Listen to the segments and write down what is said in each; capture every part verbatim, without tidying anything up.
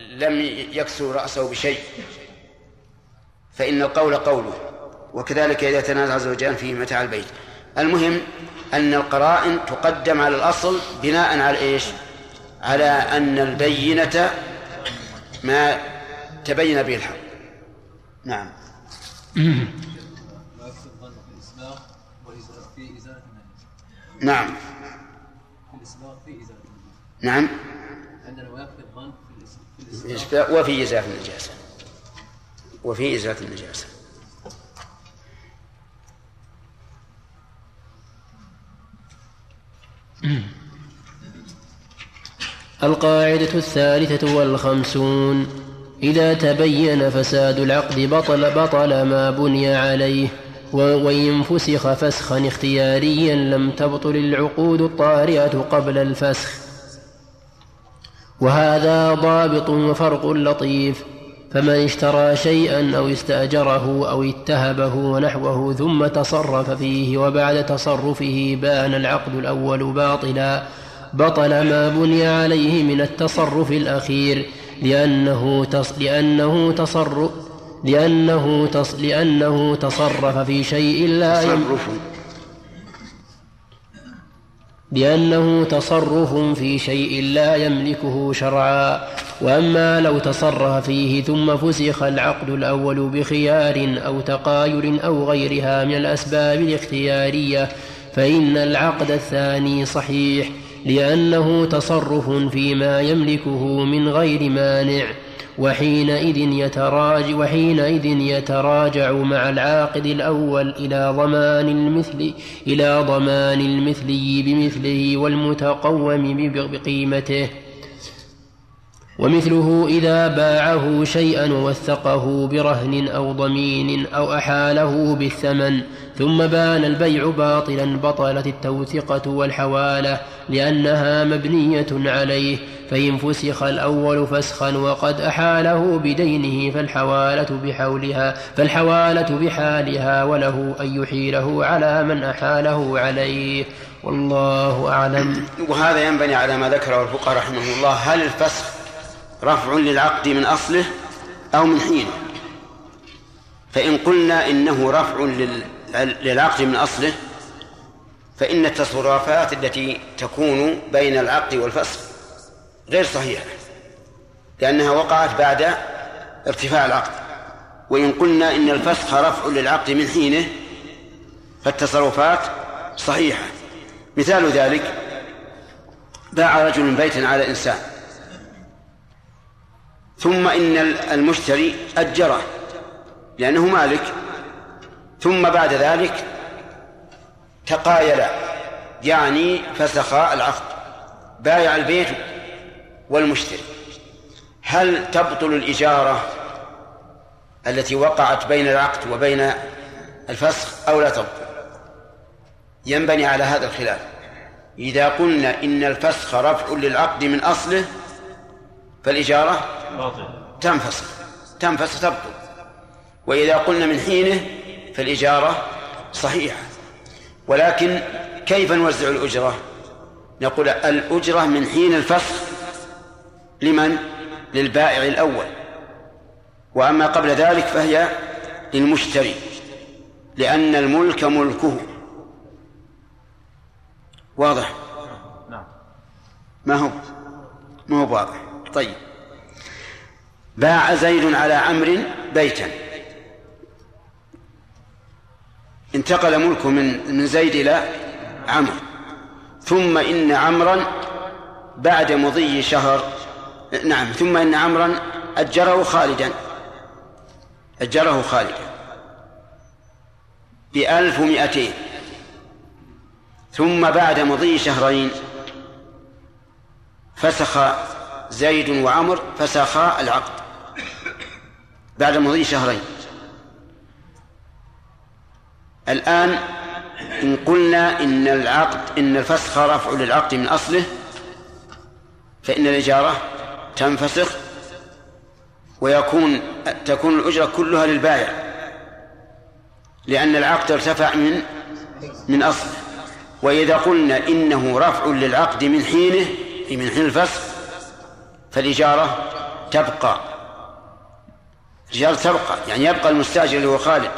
لم يكسر رأسه بشيء فإن القول قوله، وكذلك إذا تنازع زوجان في متاع البيت. المهم أن القرائن تقدم على الأصل بناء على إيش؟ على أن البينة ما تبين به الحق. نعم. نعم. نعم. وفي إزالة النجاسة وفي إزالة النجاسة. القاعدة الثالثة والخمسون: إذا تبين فساد العقد بطل, بطل ما بني عليه، وإن فسخ فسخا اختياريا لم تبطل العقود الطارئة قبل الفسخ. وهذا ضابط وفرق لطيف. فمن اشترى شيئا أو استأجره أو اتهبه ونحوه ثم تصرف فيه وبعد تصرفه بان العقد الأول باطلا، بطل ما بني عليه من التصرف الأخير، لأنه تص... لأنه تصرف لأنه تص... لأنه تصرف في شيء لا يم... لأنه تصرف في شيء لا يملكه شرعا. وأما لو تصرف فيه ثم فسخ العقد الأول بخيار أو تقاير أو غيرها من الأسباب الاختيارية فإن العقد الثاني صحيح، لأنه تصرف فيما يملكه من غير مانع، وحينئذ يتراجع, وحينئذ يتراجع مع العاقد الأول إلى ضمان المثل إلى ضمان المثلي بمثله والمتقوم بقيمته. ومثله إذا باعه شيئا ووثقه برهن أو ضمين أو أحاله بالثمن ثم بان البيع باطلا بطلت التوثقة والحوالة، لأنها مبنية عليه. فإن فسخ الأول فسخا وقد أحاله بدينه فالحوالة بحولها فالحوالة بحالها، وله أن يحيله على من أحاله عليه، والله أعلم. وهذا ينبني على ما ذكره الفقهاء رحمه الله: هل الفسخ رفع للعقد من أصله أو من حينه؟ فإن قلنا إنه رفع للعقد من أصله فإن التصرفات التي تكون بين العقد والفسخ غير صحيحة، لأنها وقعت بعد ارتفاع العقد. وإن قلنا إن الفسخ رفع للعقد من حينه فالتصرفات صحيحة. مثال ذلك: باع رجل بيتا على إنسان ثم إن المشتري أجره لأنه مالك، ثم بعد ذلك تقايلا يعني فسخ العقد، بايع البيت والمشتري. هل تبطل الإجارة التي وقعت بين العقد وبين الفسخ أو لا تبطل؟ ينبني على هذا الخلاف. إذا قلنا إن الفسخ رفع للعقد من أصله فالإجارة تنفسخ تنفسخ تبطل، وإذا قلنا من حينه فالإجارة صحيحة. ولكن كيف نوزع الأجرة؟ نقول الأجرة من حين الفسخ لمن؟ للبائع الأول، وأما قبل ذلك فهي للمشتري، لأن الملك ملكه. واضح؟ ما هو ما هو واضح. طيب، باع زيد على عمرو بيتا، انتقل ملكه من من زيد إلى عمرو، ثم إن عمرا بعد مضي شهر نعم ثم إن عمرا أجره خالدا أجره خالدا بألف ومئتين، ثم بعد مضي شهرين فسخ زيد وعمر فسخا العقد بعد مضي شهرين. الآن إن قلنا إن العقد إن الفسخ رفع للعقد من أصله فإن الإجارة تنفسخ ويكون تكون الأجرة كلها للبائع، لأن العقد ارتفع من من أصله. وإذا قلنا إنه رفع للعقد من حينه من حين الفسخ فالإجارة تبقى الإجارة تبقى يعني يبقى المستأجر اللي هو خالد.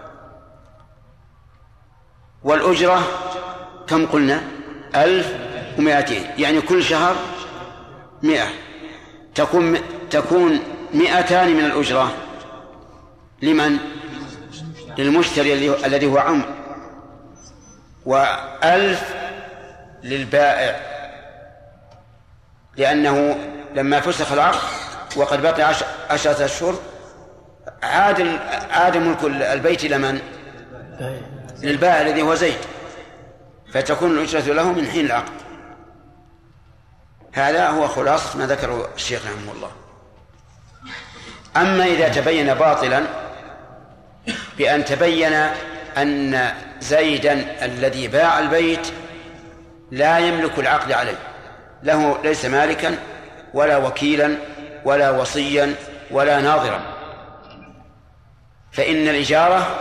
والأجرة كم قلنا؟ ألف ومائتين، يعني كل شهر مئة، تكون تكون مئتان من الأجرة لمن؟ للمشتري الذي هو عمرو، وألف للبائع، لأنه لما فسخ العقد وقد بقي عشرة أشهر عاد عاد ملك البيت لمن؟ للبائع الذي هو زيد، فتكون الأجرة له من حين العقد. هذا هو خلاصة ما ذكره الشيخ رحمه الله. أما إذا تبين باطلا بأن تبين أن زيدا الذي باع البيت لا يملك العقد عليه، له ليس مالكا ولا وكيلا ولا وصيا ولا ناظرا، فإن الإجارة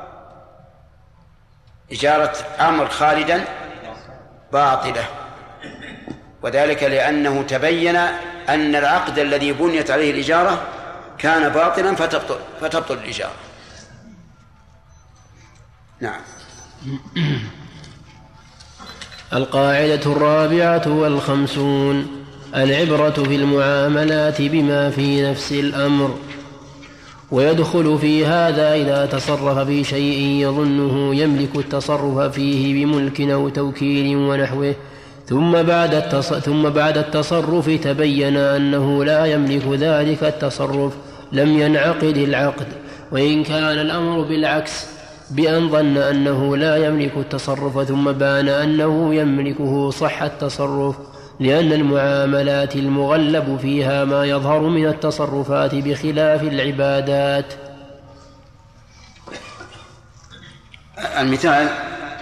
إجارة عمرو خالدا باطلة، وذلك لأنه تبين أن العقد الذي بنيت عليه الإجارة كان باطلا فتبطل, فتبطل الإجارة. نعم. القاعدة الرابعة والخمسون: العبرة في المعاملات بما في نفس الأمر. ويدخل في هذا إذا تصرف في شيء يظنه يملك التصرف فيه بملك أو توكيل ونحوه، ثم بعد التص... ثم بعد التصرف تبين أنه لا يملك ذلك التصرف لم ينعقد العقد. وإن كان الأمر بالعكس بأن ظن أنه لا يملك التصرف ثم بان أنه يملكه صح التصرف، لأن المعاملات المغلب فيها ما يظهر من التصرفات بخلاف العبادات. المثال: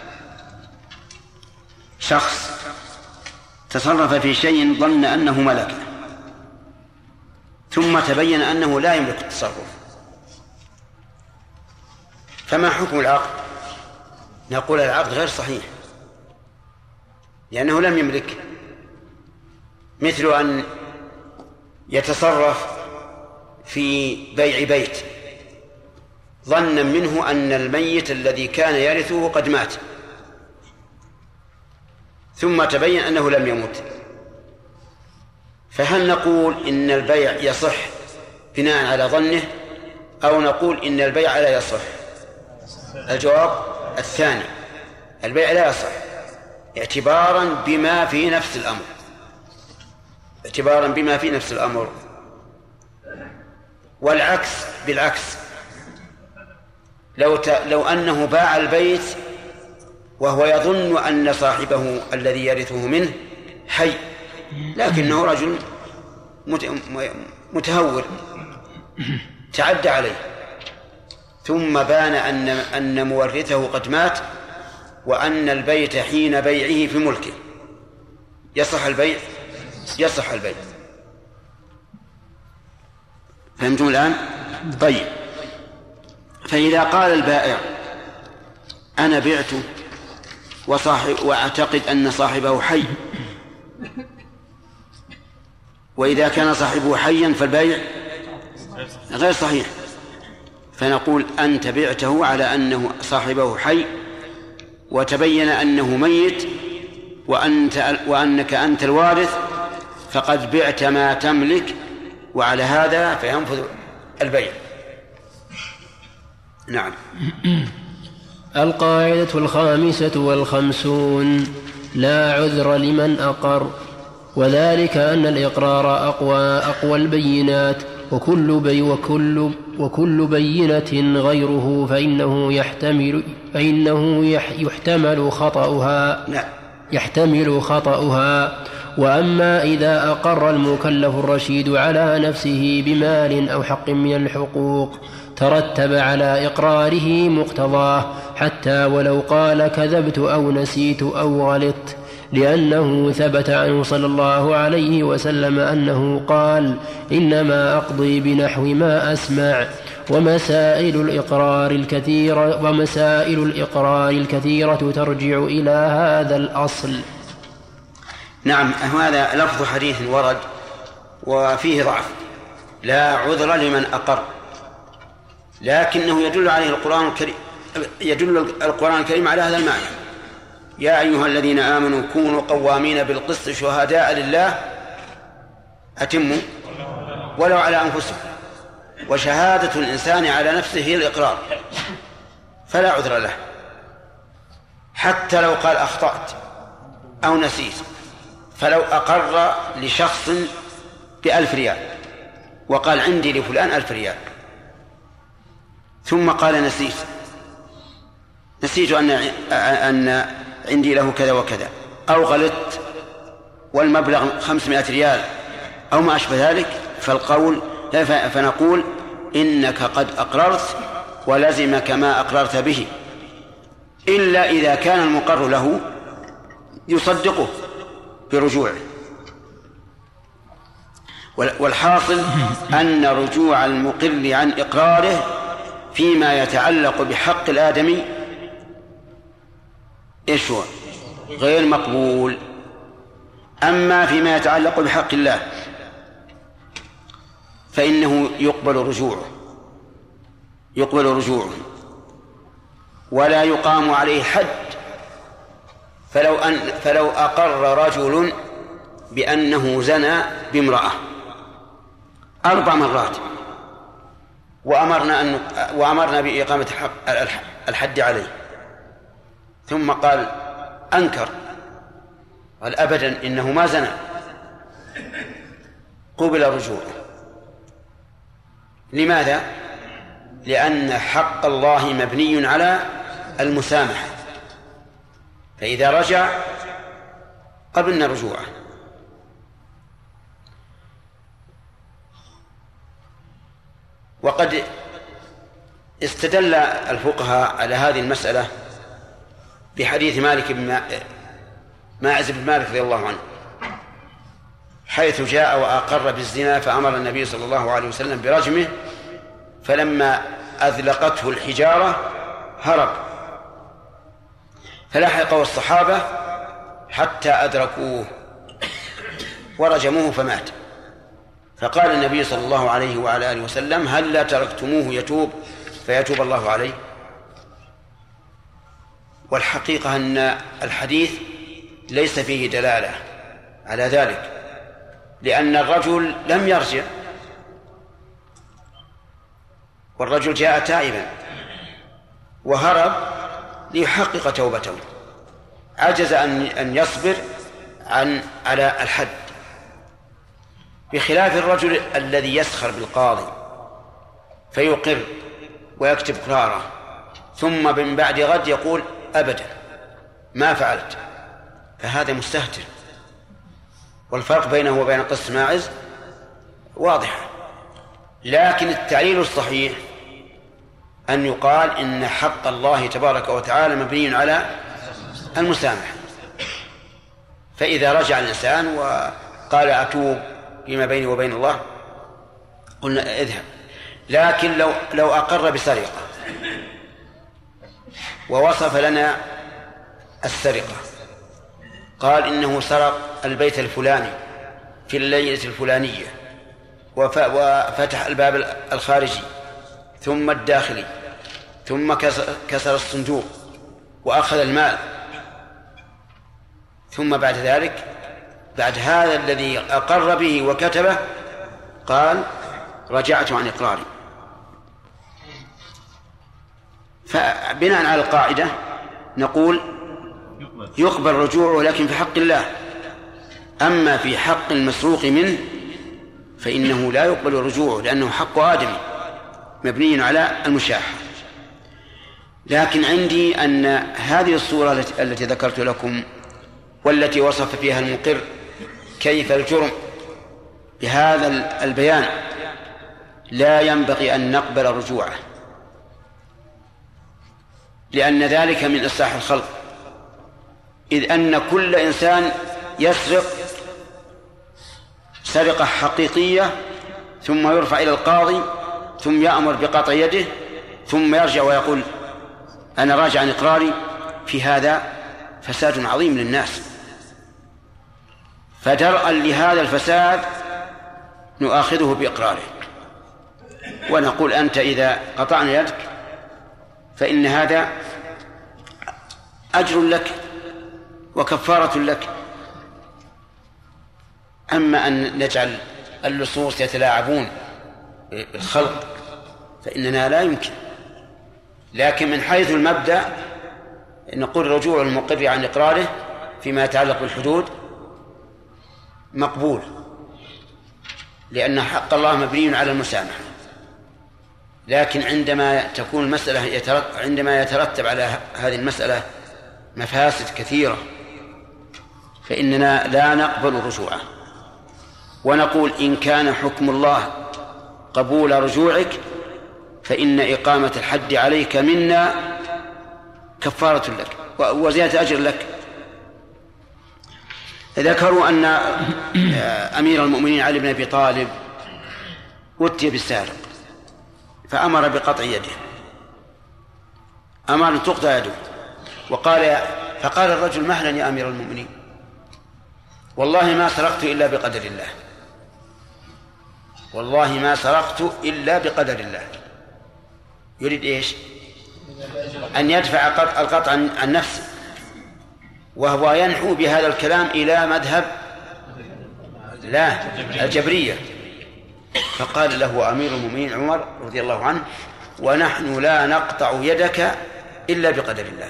شخص تصرف في شيء ظن أنه ملكه ثم تبين أنه لا يملك التصرف، فما حكم العقد؟ نقول العقد غير صحيح لأنه لم يملك، مثل أن يتصرف في بيع بيت ظنا منه أن الميت الذي كان يرثه قد مات، ثم تبين أنه لم يمت، فهل نقول إن البيع يصح بناء على ظنه أو نقول إن البيع لا يصح؟ الجواب الثاني، البيع لا يصح اعتبارا بما في نفس الأمر، اعتبارا بما في نفس الأمر. والعكس بالعكس، لو, ت... لو أنه باع البيت وهو يظن أن صاحبه الذي يرثه منه حي لكنه رجل مت... متهور تعدى عليه، ثم بان أن, أن مورثه قد مات وأن البيت حين بيعه في ملكه، يصح البيع؟ يصح البيع. فهمتم الآن؟ طيب، فإذا قال البائع أنا بعته وصاحب وأعتقد أن صاحبه حي، وإذا كان صاحبه حيا فالبيع غير صحيح، فنقول أنت بعته على أنه صاحبه حي وتبين أنه ميت وأنت وأنك أنت الوارث، فقد بعت ما تملك، وعلى هذا فينفذ البيع. نعم. القاعدة الخامسة والخمسون: لا عذر لمن أقر، وذلك أن الإقرار أقوى أقوى البينات، وكل بي وكل وكل بينة غيره فإنه يحتمل فإنه يحتمل خطأها يحتمل خطأها. وأما إذا أقر المكلف الرشيد على نفسه بمال أو حق من الحقوق ترتب على إقراره مقتضاه، حتى ولو قال كذبت أو نسيت أو غلطت، لأنه ثبت عنه صلى الله عليه وسلم أنه قال: إنما أقضي بنحو ما أسمع. ومسائل الإقرار الكثيرة ومسائل الإقرار الكثيرة ترجع إلى هذا الأصل. نعم، هذا لفظ حديث ورد وفيه ضعف، لا عذر لمن أقر، لكنه يدل عليه القرآن الكريم يدل القرآن الكريم على هذا المعنى: يا أيها الذين آمنوا كونوا قوامين بالقسط شهداء لله أتموا ولو على أنفسهم، وشهادة الإنسان على نفسه هي الإقرار، فلا عذر له حتى لو قال أخطأت أو نسيت. فلو أقر لشخص بألف ريال وقال عندي لفلان ألف ريال، ثم قال نسيت نسيت أن أن عندي له كذا وكذا، أو غلطت والمبلغ خمسمائة ريال أو ما أشبه ذلك، فالقول فنقول إنك قد أقررت ولزمك ما أقررت به، إلا إذا كان المقر له يصدقه برجوعه. والحاصل أن رجوع المقر عن إقراره فيما يتعلق بحق الآدمي إيش هو؟ غير مقبول. أما فيما يتعلق بحق الله فإنه يقبل رجوعه يقبل رجوعه ولا يقام عليه حد. فلو أن فلو أقر رجل بأنه زنى بامرأة أربع مرات وأمرنا أن وأمرنا بإقامة الحد عليه، ثم قال أنكر قال أبدا إنه ما زنى، قبل رجوعه. لماذا؟ لأن حق الله مبني على المسامحة، فإذا رجع قبلنا رجوعه. وقد استدل الفقهاء على هذه المسألة بحديث مالك بن ماعز بن مالك رضي الله عنه، حيث جاء وأقر بالزنا فأمر النبي صلى الله عليه وسلم برجمه، فلما أذلقته الحجارة هرب، فلحقه الصحابة حتى أدركوه ورجموه فمات. فقال النبي صلى الله عليه وعلى آله وسلم: هل لا تركتموه يتوب فيتوب الله عليه؟ والحقيقة أن الحديث ليس فيه دلالة على ذلك، لأن الرجل لم يرجع، والرجل جاء تائبا وهرب ليحقق توبته، عجز أن يصبر عن على الحد، بخلاف الرجل الذي يسخر بالقاضي فيقر ويكتب قراره ثم من بعد غد يقول أبدا ما فعلت، فهذا مستهتر. والفرق بينه وبين قصة ماعز واضح. لكن التعليل الصحيح أن يقال إن حق الله تبارك وتعالى مبني على المسامحة، فإذا رجع الإنسان وقال أتوب فيما بيني وبين الله قلنا اذهب. لكن لو لو أقر بسرقة ووصف لنا السرقة، قال إنه سرق البيت الفلاني في الليلة الفلانية وفتح الباب الخارجي ثم الداخلي ثم كسر الصندوق وأخذ المال، ثم بعد ذلك بعد هذا الذي أقر به وكتبه قال رجعت عن إقراري، فبناء على القاعدة نقول يقبل رجوعه لكن في حق الله. أما في حق المسروق منه فإنه لا يقبل رجوعه لأنه حق آدمي مبني على المشاحة. لكن عندي أن هذه الصورة التي ذكرت لكم والتي وصف فيها المقر كيف الجرم بهذا البيان لا ينبغي أن نقبل رجوعه، لأن ذلك من إصلاح الخلق، إذ أن كل إنسان يسرق سرقة حقيقية ثم يرفع إلى القاضي ثم يأمر بقطع يده ثم يرجع ويقول أنا راجع عن إقراري، في هذا فساد عظيم للناس. فدرءا لهذا الفساد نؤاخذه بإقراره ونقول أنت إذا قطعنا يدك فإن هذا أجر لك وكفارة لك. أما أن نجعل اللصوص يتلاعبون بالخلق فإننا لا يمكن. لكن من حيث المبدأ نقول رجوع المقر عن إقراره فيما يتعلق بالحدود مقبول، لأن حق الله مبني على المسامحة. لكن عندما تكون المسألة يترتب عندما يترتب على هذه المسألة مفاسد كثيرة فإننا لا نقبل رجوعه، ونقول إن كان حكم الله قبول رجوعك فإن إقامة الحد عليك منا كفارة لك وزيادة أجر لك. ذكروا أن أمير المؤمنين علي بن أبي طالب أتي بالسارق فأمر بقطع يده، أمر أن تقطع يده، وقال فقال الرجل مهلا يا أمير المؤمنين والله ما سرقت إلا بقدر الله، والله ما سرقت إلا بقدر الله. يريد إيش؟ أن يدفع القطع عن نفسه، وهو ينحو بهذا الكلام إلى مذهب لا الجبرية. فقال له أمير المؤمنين عمر رضي الله عنه ونحن لا نقطع يدك إلا بقدر الله.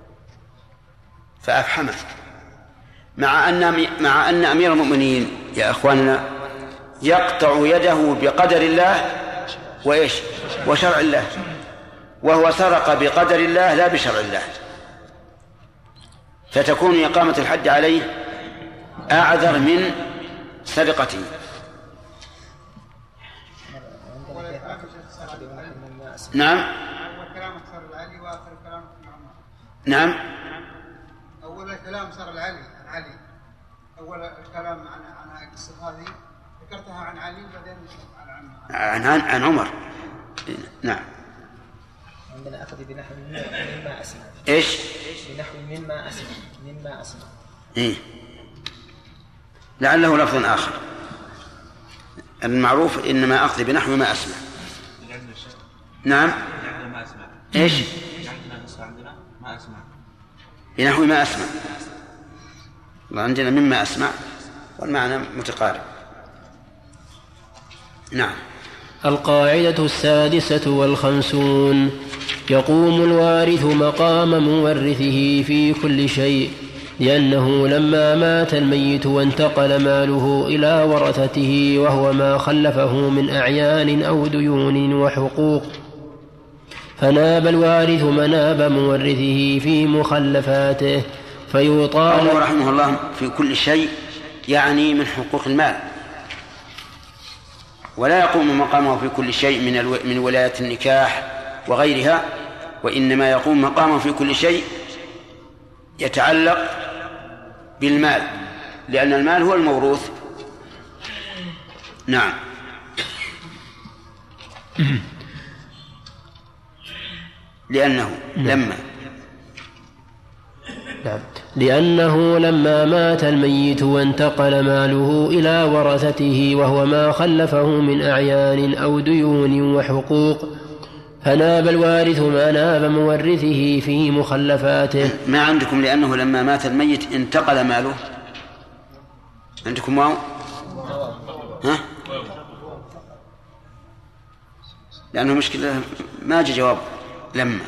فأفحمه، مع أن مع أن أمير المؤمنين يا أخواننا يقطع يده بقدر الله وإيش وشرع الله، وهو سرق بقدر الله لا بشرع الله، فتكون إقامة الحد عليه أعذر من سرقته. نعم نعم أول الكلام صار العلي عن علي، أول الكلام عن عن القصة هذه ذكرتها عن علي وبعدين عن عن عن عمر. نعم. عندنا أخذ بنحو مما أسمع. إيش؟ بنحو مما أسمع مما أسمع. إيه. لعله لفظ آخر. المعروف إنما أخذ بنحو ما أسمع. نعم. ما أسمع. إيش؟ عندنا ما أسمع. بنحو ما أسمع. عندنا مما أسمع والمعنى متقارب. نعم. القاعدة السادسة والخمسون: يقوم الوارث مقام مورثه في كل شيء، لأنه لما مات الميت وانتقل ماله إلى ورثته وهو ما خلفه من أعيان أو ديون وحقوق، فناب الوارث مناب مورثه في مخلفاته فيطالب. قوله رحمه الله في كل شيء يعني من حقوق المال، ولا يقوم مقامه في كل شيء من الو... من ولاية النكاح وغيرها، وإنما يقوم مقامه في كل شيء يتعلق بالمال، لأن المال هو الموروث. نعم. لأنه لما نعم. لأنه لما مات الميت وانتقل ماله إلى ورثته وهو ما خلفه من أعيان أو ديون وحقوق، فناب الوارث ما ناب مورثه في مخلفاته. ما عندكم لأنه لما مات الميت انتقل ماله؟ عندكم واو؟ ها؟ لأنه مشكلة ما جاء جواب لما.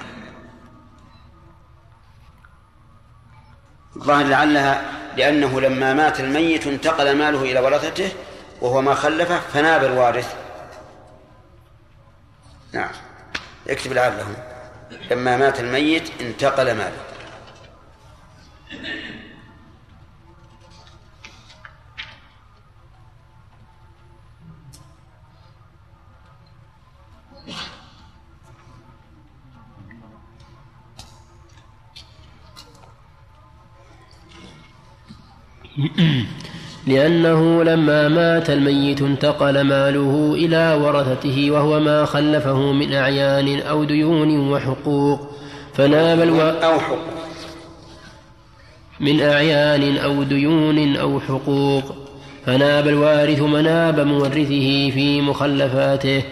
الظاهر لعلها لأنه لما مات الميت انتقل ماله إلى ورثته وهو ما خلفه فناب الوارث. نعم. اكتب لعلهم لما مات الميت انتقل ماله. لأنه لما مات الميت انتقل ماله إلى ورثته وهو ما خلفه من أعيان أو ديون وحقوق، فناب الوارث أو حقوق من أعيان أو ديون أو حقوق، فناب الوارث مناب مورثه في مخلفاته،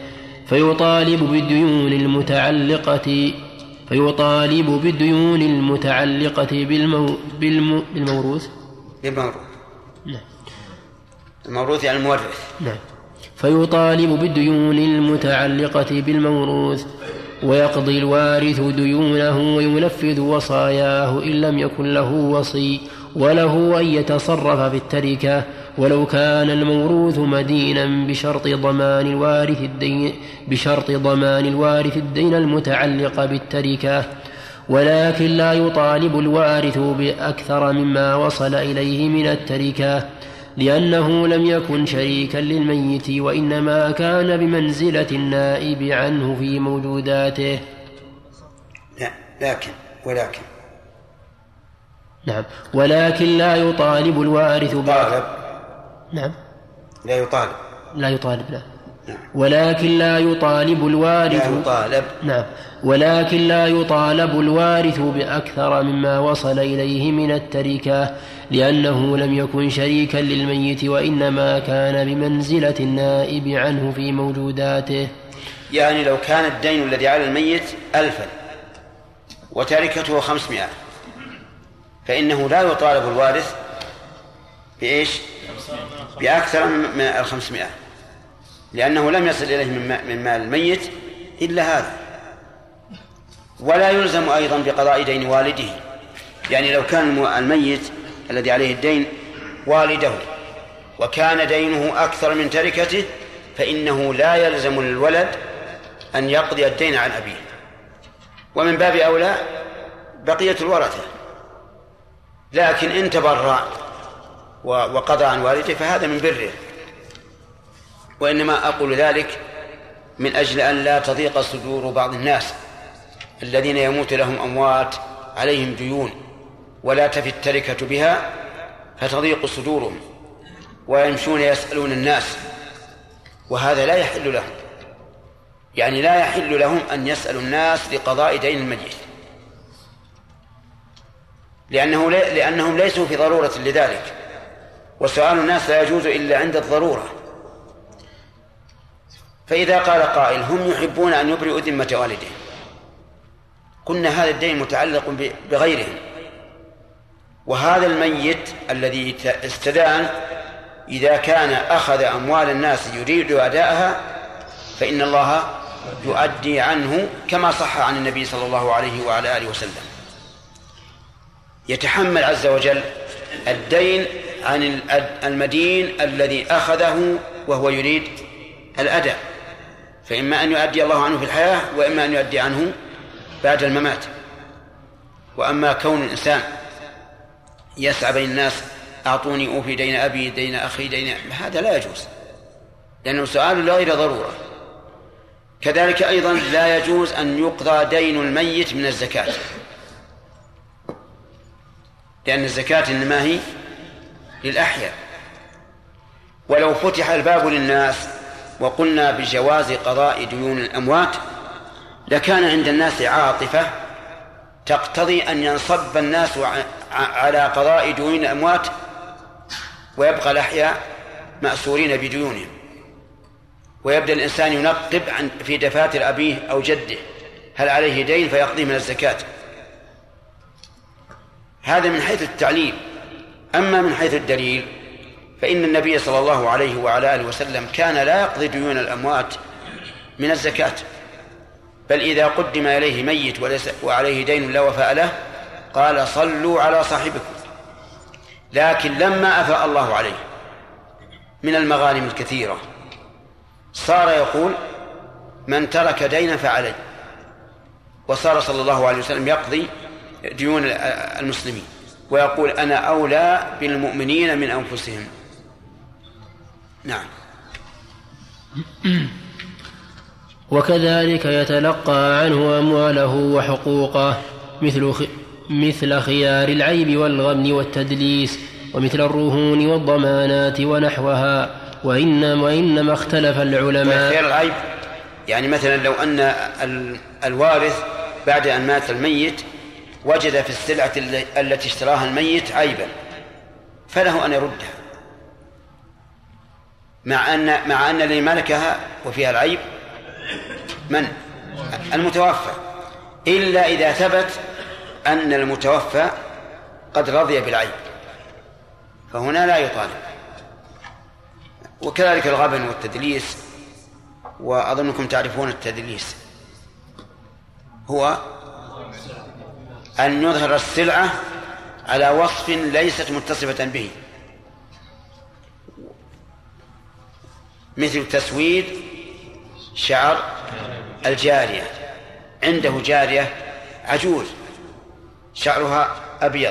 فيطالب بالديون المتعلقة فيطالب بالديون المتعلقة بالمو بالمو بالموروث بالموروث نعم. الموروث يعني المورث. نعم. فيطالب بالديون المتعلقة بالموروث ويقضي الوارث ديونه وينفذ وصاياه إن لم يكن له وصي، وله أن يتصرف في التركة ولو كان الموروث مدينا بشرط ضمان الوارث الدين بشرط ضمان الوارث الدين المتعلق بالتركة، ولكن لا يطالب الوارث بأكثر مما وصل إليه من التركة، لأنه لم يكن شريكا للميت وإنما كان بمنزلة النائب عنه في موجوداته. لا لكن ولكن نعم. ولكن لا يطالب الوارث طالب. نعم. لا يطالب لا يطالب لا. نعم. ولكن لا يطالب الوارث لا يطالب نعم. ولكن لا يطالب الوارث بأكثر مما وصل إليه من التركة، لأنه لم يكن شريكا للميت وإنما كان بمنزلة النائب عنه في موجوداته. يعني لو كان الدين الذي على الميت ألفا وتركته خمسمائة فإنه لا يطالب الوارث بإيش؟ بأكثر من الخمسمائة، لأنه لم يصل إليه من مال الميت إلا هذا. ولا يلزم أيضا بقضاء دين والده، يعني لو كان الميت الذي عليه الدين والده وكان دينه أكثر من تركته فإنه لا يلزم للولد أن يقضي الدين عن أبيه، ومن باب أولى بقية الورثة. لكن إن تبرع وقضى عن والده فهذا من بره، وإنما أقول ذلك من أجل أن لا تضيق صدور بعض الناس الذين يموت لهم أموات عليهم ديون ولا تفي التركة بها فتضيق صدورهم ويمشون يسألون الناس، وهذا لا يحل لهم. يعني لا يحل لهم أن يسألوا الناس لقضاء دين الميت، لأنه لأنهم ليسوا في ضرورة لذلك، وسؤال الناس لا يجوز إلا عند الضرورة. فإذا قال قائل هم يحبون أن يبرئوا ذمة والدهم، قلنا هذا الدين متعلق بغيرهم، وهذا الميت الذي استدان إذا كان أخذ أموال الناس يريد أداءها فإن الله يؤدي عنه كما صح عن النبي صلى الله عليه وعلى آله وسلم. يتحمل عز وجل الدين عن المدين الذي أخذه وهو يريد الأداء، فإما أن يؤدي الله عنه في الحياة وإما أن يؤدي عنه بعد الممات. وأما كون الإنسان يسعى بين الناس أعطوني أوفي دين أبي دين أخي دين، هذا لا يجوز، لأنه سؤال لغير ضرورة. كذلك أيضا لا يجوز أن يقضى دين الميت من الزكاة، لأن الزكاة إنما هي للأحياء. ولو فتح الباب للناس وقلنا بجواز قضاء ديون الأموات لكان عند الناس عاطفة تقتضي أن ينصب الناس على قضاء ديون الأموات ويبقى الأحياء مأسورين بديونهم، ويبدأ الإنسان ينقب عن في دفاتر أبيه أو جده هل عليه دين فيقضي من الزكاة. هذا من حيث التعليل. أما من حيث الدليل فإن النبي صلى الله عليه وعلى آله وسلم كان لا يقضي ديون الأموات من الزكاة، بل إذا قدم إليه ميت وليس وعليه دين لا وفاء له قال صلوا على صاحبكم. لكن لما أفاء الله عليه من المغانم الكثيرة صار يقول من ترك دينا فعليه، وصار صلى الله عليه وسلم يقضي ديون المسلمين ويقول أنا أولى بالمؤمنين من أنفسهم. نعم. وكذلك يتلقى عنه أمواله وحقوقه مثل خ... مثل خيار العيب والغبن والتدليس ومثل الرهون والضمانات ونحوها. وإنما, وإنما اختلف العلماء. خيار العيب يعني مثلا لو أن الوارث بعد أن مات الميت وجد في السلعة التي اشتراها الميت عيبا فله أن يردها، مع أن مع أن اللي ملكها وفيها العيب من؟ المتوفى، إلا إذا ثبت أن المتوفى قد رضي بالعيب، فهنا لا يطالب. وكذلك الغبن والتدليس، وأظنكم تعرفون التدليس هو أن يظهر السلعة على وصف ليست متصفة به، مثل تسويد شعر الجارية. عنده جارية عجوز شعرها أبيض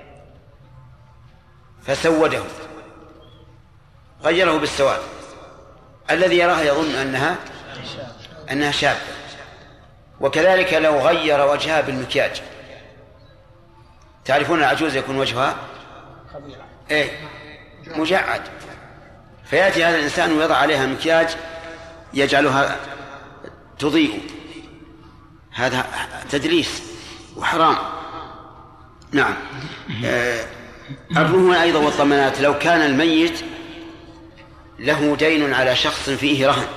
فسوده، غيره بالسواد، الذي يراها يظن أنها أنها شابة. وكذلك لو غير وجهها بالمكياج، تعرفون العجوز يكون وجهها إيه؟ مجعد، فيأتي هذا الإنسان ويضع عليها مكياج يجعلها تضيء، هذا تدليس وحرام. نعم. آه الرهن أيضا والضمانات، لو كان الميت له دين على شخص فيه رهن،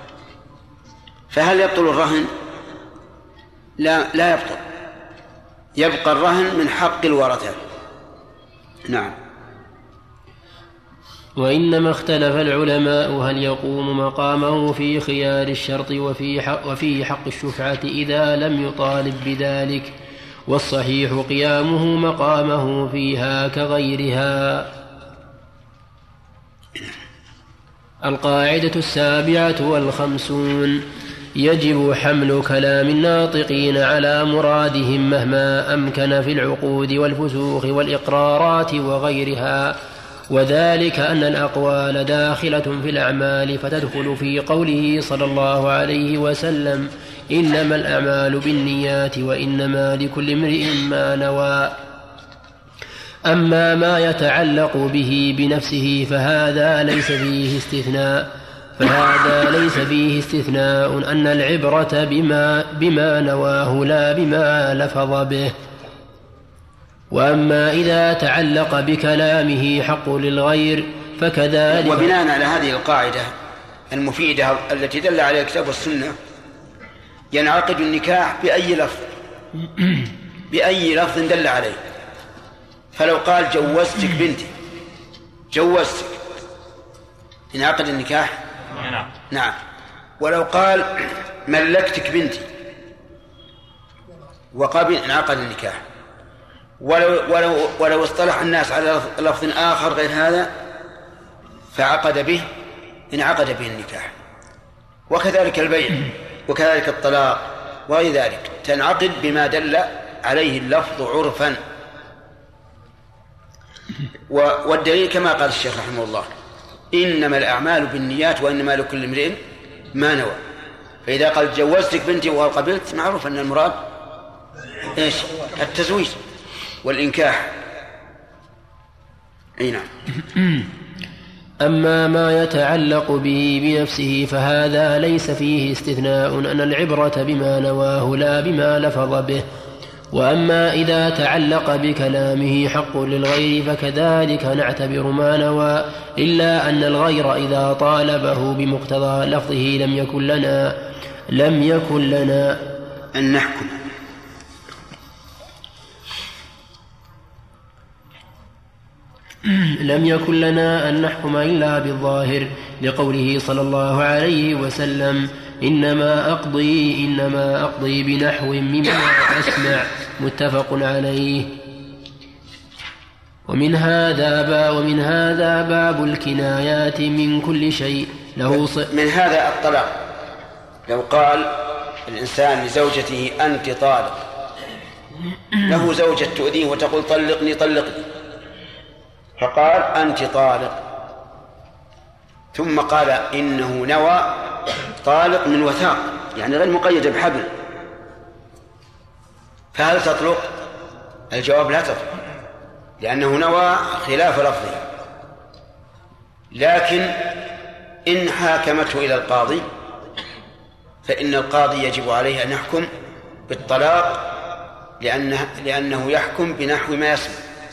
فهل يبطل الرهن؟ لا لا يبطل، يبقى الرهن من حق الورثة. نعم. وإنما اختلف العلماء هل يقوم مقامه في خيار الشرط وفي حق, وفي حق الشفعة إذا لم يطالب بذلك، والصحيح قيامه مقامه فيها كغيرها. القاعدة السابعة والخمسون: يجب حمل كلام الناطقين على مرادهم مهما أمكن في العقود والفسوق والإقرارات وغيرها، وذلك أن الأقوال داخلة في الأعمال، فتدخل في قوله صلى الله عليه وسلم: إنما الأعمال بالنيات وإنما لكل امرئ ما نوى. أما ما يتعلق به بنفسه فهذا ليس فيه استثناء فهذا ليس فيه استثناء أن العبرة بما, بما نواه لا بما لفظ به. وأما إذا تعلق بكلامه حق للغير فكذلك. وبناء على هذه القاعدة المفيدة التي دل عليها الكتاب والسنة، ينعقد النكاح بأي لفظ بأي لفظ دل عليه. فلو قال جوزتك بنتي، جوزتك، ينعقد النكاح. نعم. ولو قال ملكتك بنتي وقبل، انعقد النكاح. ولو, ولو, ولو اصطلح الناس على لفظ آخر غير هذا فعقد به، انعقد به النكاح. وكذلك البيع وكذلك الطلاق وغير ذلك، تنعقد بما دل عليه اللفظ عرفا. والدليل كما قال الشيخ رحمه الله: إنما الأعمال بالنيات وإنما لكل امرئ ما نوى. فإذا قال جوزتك بنتي وقال قبلت، معروف أن المراد إيش؟ التزويج والإنكاح. أي نعم. أما ما يتعلق به بنفسه فهذا ليس فيه استثناء أن العبرة بما نواه لا بما لفظ به. وأما إذا تعلق بكلامه حق للغير فكذلك نعتبر ما نوى، إلا أن الغير إذا طالبه بمقتضى لفظه لم يكن لنا لم يكن لنا أن نحكم لم يكن لنا أن نحكم إلا بالظاهر، لقوله صلى الله عليه وسلم: إنما أقضي إنما أقضي بنحو مما أسمع، متفق عليه. ومن هذا باب ومن هذا باب الكنايات من كل شيء له ص... من هذا الطلاق. لو قال الإنسان لزوجته أنت طالق، له زوجة تؤذيه وتقول طلقني طلقني، فقال أنت طالق، ثم قال إنه نوى طالق من وثاق، يعني غير مقيدة بحبل، فهل تطلق؟ الجواب لا تطلق، لأنه نوى خلاف لفظه. لكن إن حاكمته إلى القاضي فإن القاضي يجب عليه أن يحكم بالطلاق، لأنه, لأنه يحكم بنحو ما يسمع.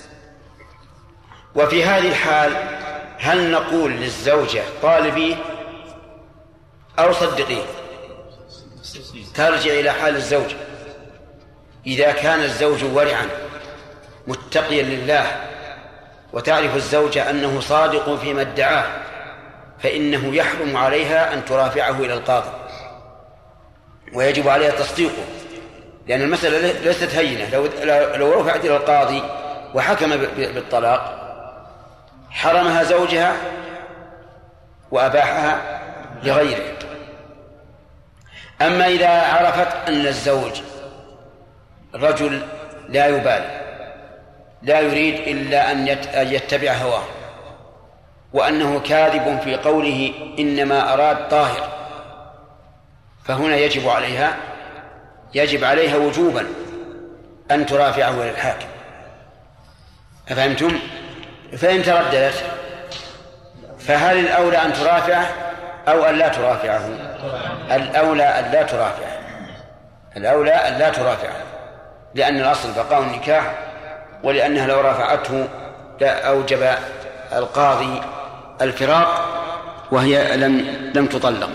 وفي هذه الحال هل نقول للزوجة طالبيه أو صدقيه؟ ترجع إلى حال الزوج. إذا كان الزوج ورعا متقيا لله وتعرف الزوجة أنه صادق فيما ادعاه فإنه يحرم عليها أن ترافعه إلى القاضي، ويجب عليها تصديقه، لأن المسألة ليست هينة. لو, لو رفعت إلى القاضي وحكم بالطلاق حرمها زوجها وأباحها لغيره. أما إذا عرفت أن الزوج رجل لا يبالي، لا يريد إلا أن يتبع هواه، وأنه كاذب في قوله إنما أراد طاهر، فهنا يجب عليها يجب عليها وجوبا أن ترافعه إلى الحاكم. أفهمتم؟ فإن ترددت فهل الأولى أن ترافعه أو أن لا ترافعه؟ الأولى أن لا ترافعه، الأولى أن لا ترافعه، لأن الأصل بقاء النكاح، ولأنها لو رافعته أوجب القاضي الفراق وهي لم لم تطلق.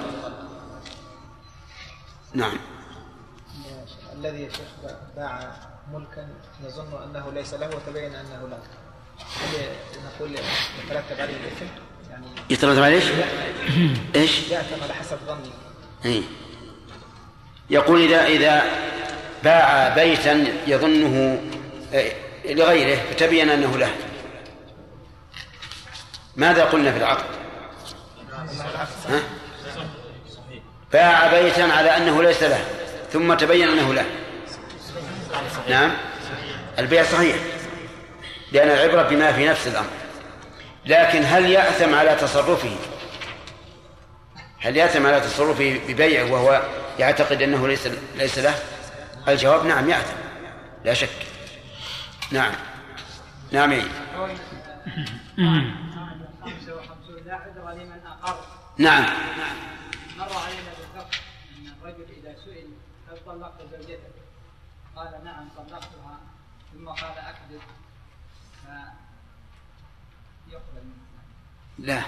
نعم. الذي باع ملكا يظن أنه ليس له وتبين أنه له، هل نقول يترتب عليه الإثم؟ يعني يترتب عليه إيش؟ يأثم على حسب ظني. إيه؟ يقول إذا إذا باع بيتا يظنه لغيره فتبين أنه له، ماذا قلنا في العقد؟ ها؟ باع بيتا على أنه ليس له ثم تبين أنه له. نعم، البيع صحيح لأن العبرة بما في نفس الأمر، لكن هل يأثم على تصرفه؟ هل يأثم على تصرفه ببيعه وهو يعتقد أنه ليس ليس له؟ الجواب نعم يأثم لا شك. نعم نعم. نعم. مر علينا بالفقه أن الرجل إذا سئل هل طلقت زوجتك قال نعم طلقتها ثم قال أكذب فيقبل منه. لا،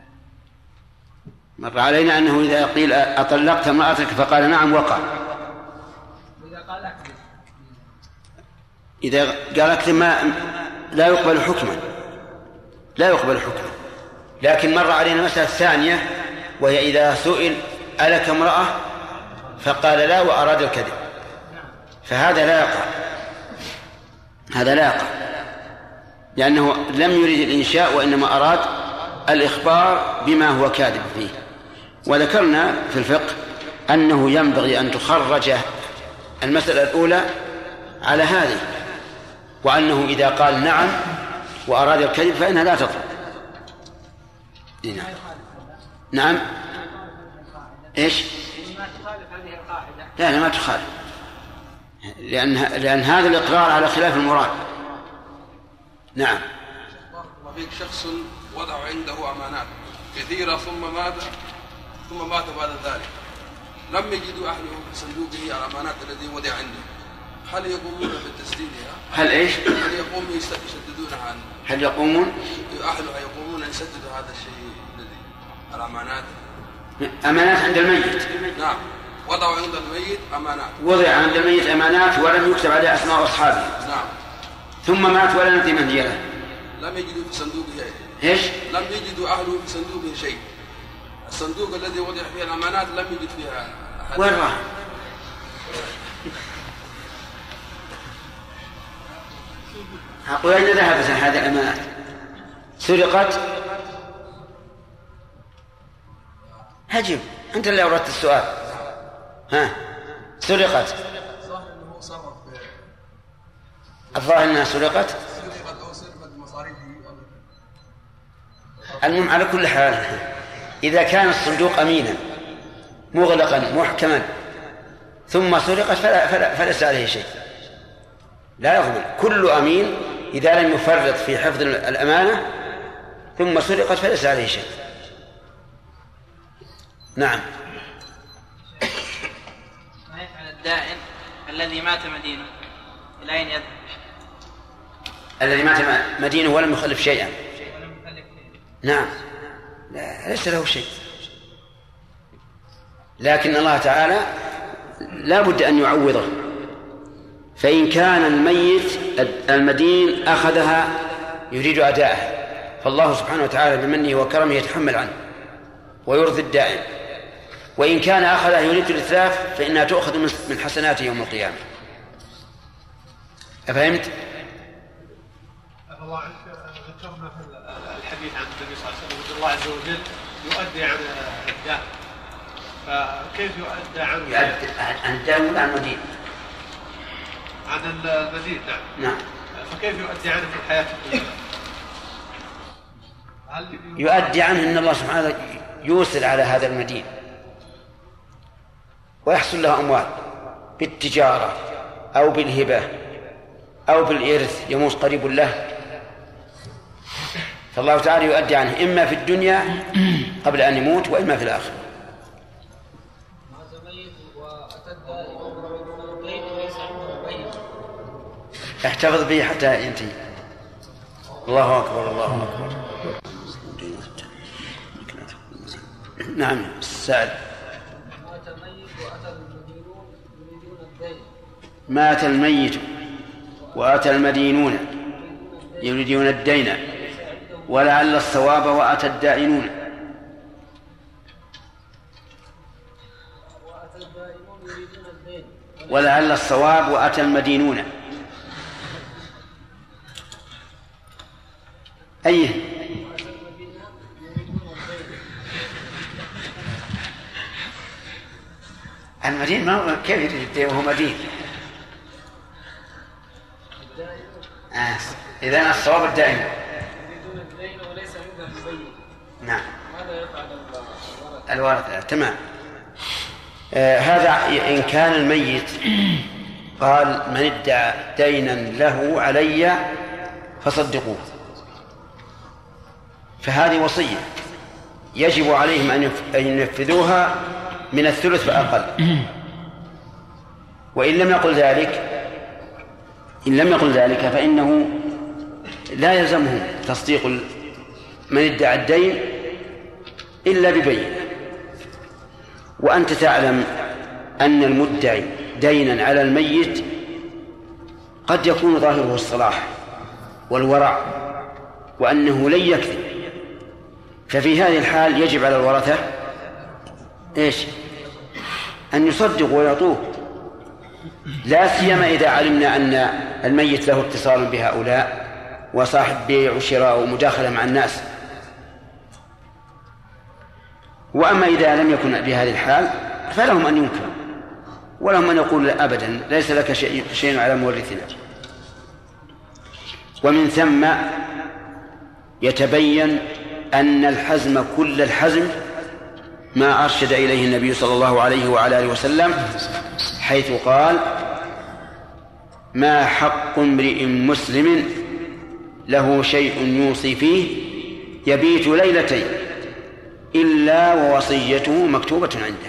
مر علينا أنه إذا قيل أطلقت امرأتك فقال نعم وقع. إذا قال أكذب إذا قال أكذب ما لا يقبل حكما، لا يقبل حكما. لكن مر علينا مسألة ثانية وهي إذا سئل ألك امرأة فقال لا وأراد الكذب، فهذا لا يقع، هذا لا يقع لأنه لم يريد الإنشاء وإنما أراد الإخبار بما هو كاذب فيه. وذكرنا في الفقه أنه ينبغي أن تخرج المسألة الأولى على هذه، وأنه إذا قال نعم وأراد الكذب فإنها لا تطلق. نعم. نعم. إيش؟ لا لا ما تخالف، لأن لأن هذا الإقرار على خلاف المراد. نعم. وفيك شخص وضع عنده أمانات كثيرة ثم مات ثم مات بعد ذلك، لم يجدوا أهله في صندوقه الأمانات الذي وضع عنده، هل يقومون بالتسديدها؟ هل إيش؟ هل يقومون يسددونها عنه؟ هل يقومون؟ أهله يقومون أن يسددوا هذا الشيء الذي الأمانات؟ أمانات عند الميت. نعم، وضعوا عند الميت أمانات. وضع عند الميت أمانات ولم يكتب عليها أسماء أصحابه. نعم. ثم مات ولا ندري من هي له. لم يجدوا في صندوقه إيش؟ لم يجدوا أهله في صندوقه شيء. الصندوق الذي وضع فيه الأمانات لم يجد فيها أحد. وين راح؟ أقول أين ذهبت هذه الأمانات؟ سرقت؟ هجم، أنت اللي أوردت السؤال. ها، سرقت. الظاهر أنها سرقت. المهم على كل حال إذا كان الصندوق أمينا مغلقا محكما ثم سرقت فلا فلا فليس عليه شيء، لا يقبل. كل أمين إذا لم يفرط في حفظ الأمانة ثم سرقت فليس عليه شيء. نعم. ما يفعل الدائن الذي مات مدينه إلى أين يذهب؟ الذي مات مدينه ولم يخلف شيئا. نعم، لا ليس له شيء، لكن الله تعالى لا بد أن يعوضه. فإن كان الميت المدين أخذها يريد أداءها فالله سبحانه وتعالى بمنه وكرمه يتحمل عنه ويرضي الدائن. وإن كان أخذها يريد الإتلاف فإنها تؤخذ من حسناته يوم القيامة. أفهمت؟ الله عنك ذكرنا في الحديث عن النبي صلى الله عليه وسلم الله عز وجل يؤدي عن الداء، فكيف يؤدى عنه؟ يؤدي عن الداء ولا عن المدين؟ عن المدين. نعم. نعم. فكيف يؤدي عنه في الحياة الدنيا؟ يؤدي عنه أن الله سبحانه يوصل على هذا المدين ويحصل له أموال بالتجارة أو بالهبة أو بالإرث يموت قريب له، فالله تعالى يؤدي عنه إما في الدنيا قبل أن يموت وإما في الآخرة. احتفظ به حتى ينتهي. الله أكبر الله أكبر. نعم. السائل. مات الميت وأتى المدينون يريدون الدين ولعل الصواب وأتى الدائنون. ولعل الصواب وأتى المدينون. أيه؟ المدين ما كيف يريد الدين وهو مدين؟ آه. إذن الصواب الدائم. نعم. الوارث. تمام. آه هذا إن كان الميت قال من ادعى دينا له علي فصدقوه، فهذه وصية يجب عليهم أن ينفذوها من الثلث فأقل. وإن لم يقل ذلك إن لم يقل ذلك فإنه لا يلزمهم تصديق من ادعى الدين إلا ببينة. وأنت تعلم أن المدعي دينا على الميت قد يكون ظاهره الصلاح والورع وأنه لن يكذب، ففي هذه الحال يجب على الورثة إيش؟ أن يصدقوا ويعطوه، لا سيما إذا علمنا أن الميت له اتصال بهؤلاء وصاحب بيع وشراء ومداخلة مع الناس. وأما إذا لم يكن بهذه الحال فلهم أن ينكروا ولهم أن يقول أبدا ليس لك شيء, شيء على مورثنا. ومن ثم يتبين أن الحزم كل الحزم ما أرشد إليه النبي صلى الله عليه وعلى آله وسلم حيث قال ما حق امرئ مسلم له شيء يوصي فيه يبيت ليلتين إلا ووصيته مكتوبة عنده،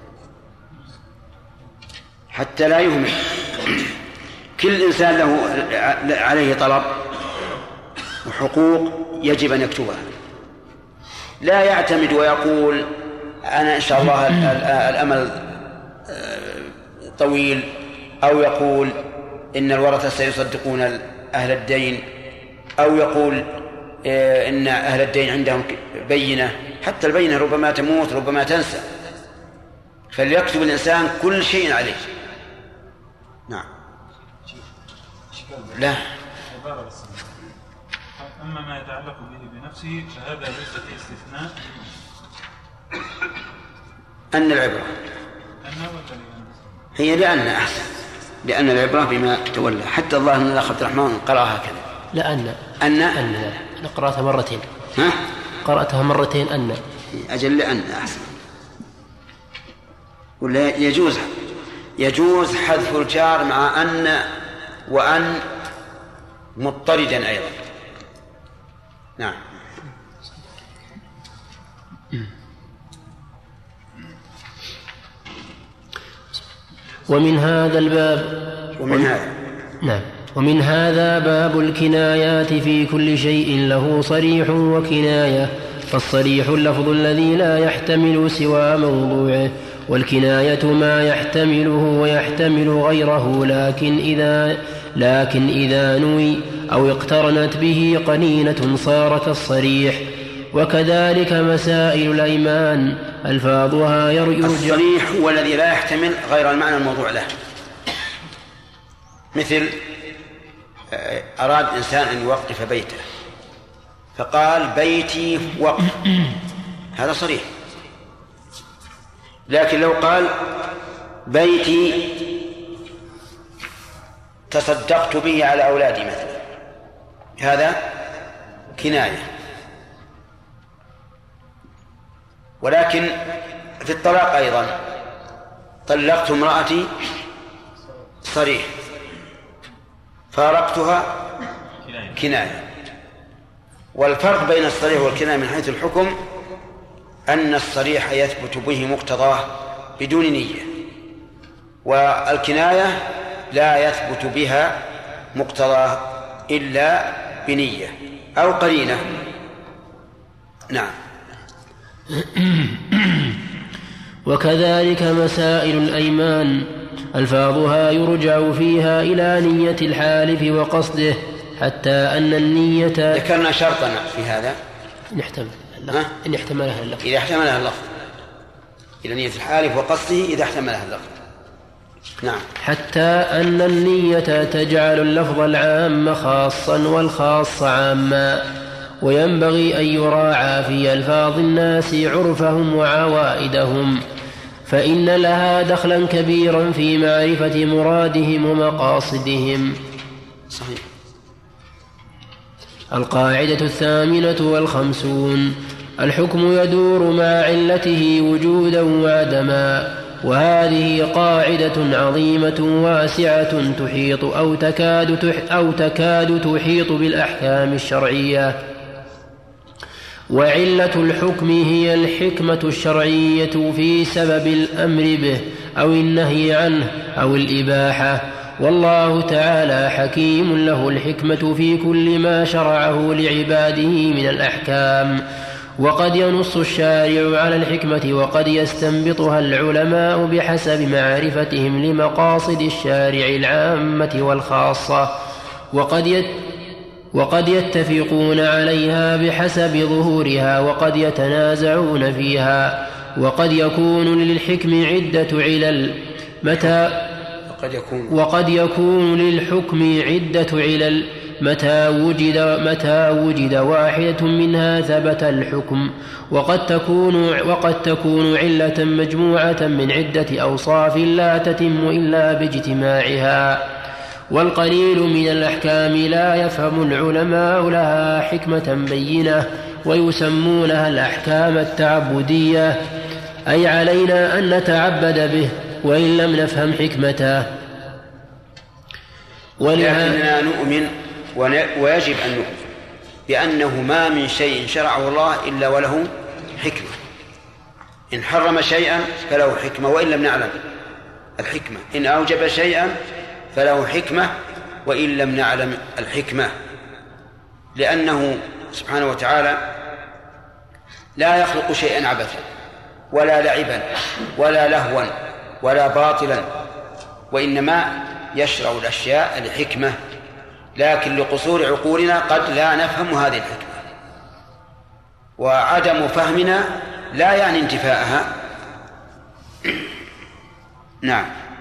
حتى لا يهمل. كل إنسان له عليه طلب وحقوق يجب أن يكتبها، لا يعتمد ويقول أنا إن شاء الله الأمل طويل، أو يقول إن الورثة سيصدقون أهل الدين، أو يقول إن أهل الدين عندهم بينة، حتى البينة ربما تموت ربما تنسى، فليكتب الإنسان كل شيء عليه. نعم. لا. أما ما يتعلق به بنفسه فهذا ليس فيه استثناء. أن العبرة هي لأن أحسن، لأن العبرة بما تولى. حتى الله أن الأخ عبد الرحمن قرأها كذا. لا أن أن أن أنا قرأتها مرتين. ها؟ قرأتها مرتين أن. أجل لأن أحسن. ولا يجوز يجوز حذف الجار مع أن وأن مضطردا أيضا. نعم. ومن هذا الباب ومن هذا نعم ومن هذا باب الكنايات في كل شيء له صريح وكناية، فالصريح اللفظ الذي لا يحتمل سوى موضوعه، والكناية ما يحتمله ويحتمل غيره، لكن إذا, لكن إذا نوي أو اقترنت به قرينة صار كالصريح. وكذلك مسائل الأيمان ألفاظها يرجع. الصريح هو الذي لا يحتمل غير المعنى الموضوع له، مثل أراد إنسان أن يوقف بيته فقال بيتي وقف، هذا صريح. لكن لو قال بيتي تصدقت به على أولادي مثلا، هذا كناية. ولكن في الطلاق أيضا طلقت امرأتي صريح، فارقتها كناية. والفرق بين الصريح والكناية من حيث الحكم أن الصريح يثبت به مقتضاه بدون نية، والكناية لا يثبت بها مقتضاه إلا بنية أو قرينة. نعم. وكذلك مسائل الأيمان ألفاظها يرجع فيها إلى نية الحالف وقصده، حتى أن النية ذكرنا شرطنا في هذا إن احتمل إن احتملها اللفظ إذا احتملها اللفظ، إلى نية الحالف وقصده إذا احتملها اللفظ. نعم. حتى أن النية تجعل اللفظ العام خاصا والخاص عاما، وينبغي أن يراعى في ألفاظ الناس عرفهم وعوائدهم، فإن لها دخلا كبيرا في معرفة مرادهم ومقاصدهم. صحيح. القاعدة الثامنة والخمسون: الحكم يدور مع علته وجودا وعدما، وهذه قاعدة عظيمة واسعة تحيط أو تكاد, تح أو تكاد تحيط بالأحكام الشرعية. وعلة الحكم هي الحكمة الشرعية في سبب الأمر به أو النهي عنه أو الإباحة، والله تعالى حكيم له الحكمة في كل ما شرعه لعباده من الأحكام. وقد ينص الشارع على الحكمة وقد يستنبطها العلماء بحسب معرفتهم لمقاصد الشارع العامة والخاصة، وقد يت وقد يتفقون عليها بحسب ظهورها وقد يتنازعون فيها. وقد يكون للحكم عدة علل متى وقد يكون, وقد يكون للحكم عدة علل متى وجد, متى وجد واحدة منها ثبت الحكم، وقد تكون, وقد تكون علة مجموعة من عدة أوصاف لا تتم إلا باجتماعها. والقليل من الأحكام لا يفهم العلماء لها حكمة بينة ويسمونها الأحكام التعبدية، أي علينا أن نتعبد به وإن لم نفهم حكمته. ولكننا نؤمن ويجب أن نؤمن بأنه ما من شيء شرعه الله إلا وله حكمة. إن حرم شيئا فله حكمة وإن لم نعلم الحكمة، إن أوجب شيئا فله حكمة وإن لم نعلم الحكمة، لأنه سبحانه وتعالى لا يخلق شيئا عبثا ولا لعبا ولا لهوا ولا باطلا، وإنما يشرع الأشياء لحكمة، لكن لقصور عقولنا قد لا نفهم هذه الحكمة، وعدم فهمنا لا يعني انتفاءها. نعم.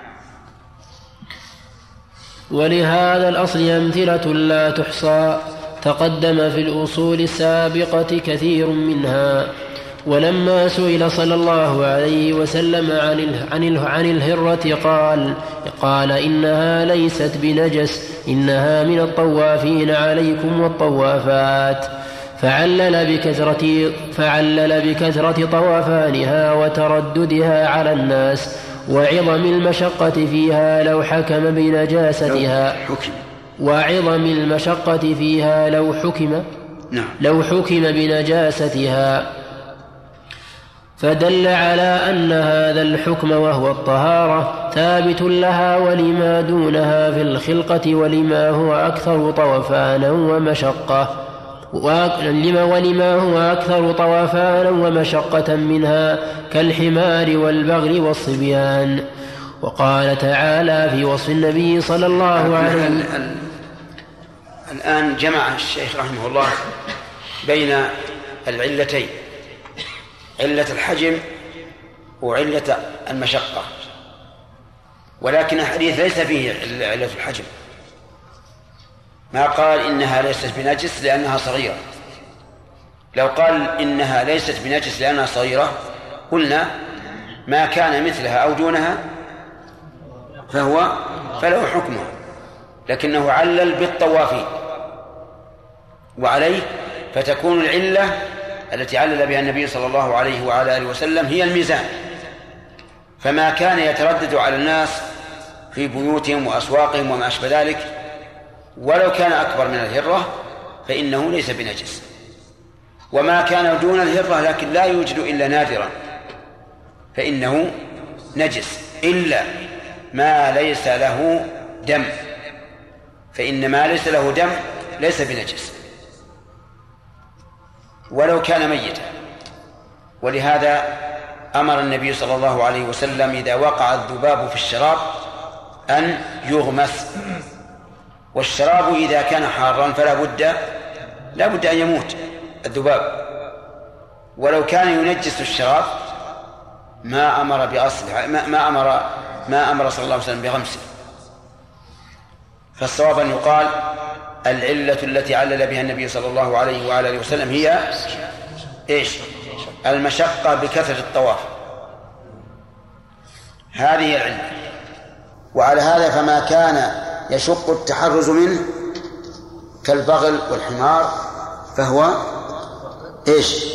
ولهذا الأصل أمثلة لا تحصى تقدم في الأصول السابقة كثير منها. ولما سئل صلى الله عليه وسلم عن عن الهرة قال قال إنها ليست بنجس، إنها من الطوافين عليكم والطوافات، فعلل بكثرة فعلل بكثرة طوافانها وترددها على الناس وعظم المشقة فيها لو حكم بنجاستها وعظم المشقة فيها لو حكم لو حكم بنجاستها، فدل على أن هذا الحكم وهو الطهارة ثابت لها ولما دونها في الخلقة ولما هو أكثر طوفانا ومشقة. ولما ولما هو أكثر طوفانا ومشقة منها كالحمار والبغل والصبيان. وقال تعالى في وصف النبي صلى الله عليه وسلم. الآن جمع الشيخ رحمه الله بين العلتين، علة الحجم وعلة المشقة، ولكن الحديث ليس فيه علة الحجم، ما قال إنها ليست بنجس لأنها صغيرة. لو قال إنها ليست بنجس لأنها صغيرة قلنا ما كان مثلها أو دونها فهو فله حكمه، لكنه علل بالطوافين، وعليه فتكون العلة التي علل بها النبي صلى الله عليه وعلى آله وسلم هي الميزان. فما كان يتردد على الناس في بيوتهم وأسواقهم وما أشبه ذلك ولو كان أكبر من الهرة فإنه ليس بنجس، وما كان دون الهرة لكن لا يوجد إلا نادرا فإنه نجس، إلا ما ليس له دم، فإن ما ليس له دم ليس بنجس ولو كان ميتا. ولهذا أمر النبي صلى الله عليه وسلم إذا وقع الذباب في الشراب أن يغمس، والشراب إذا كان حارا فلا بد لا بد أن يموت الذباب، ولو كان ينجس الشراب ما أمر بأصله ما, ما أمر ما أمر صلى الله عليه وسلم بغمسه. فالصواب أن يقال العلة التي علل بها النبي صلى الله عليه وآله وسلم هي إيش؟ المشقة بكثرة الطواف، هذه العلة. وعلى هذا فما كان يشق التحرز منه كالبغل والحمار فهو إيش؟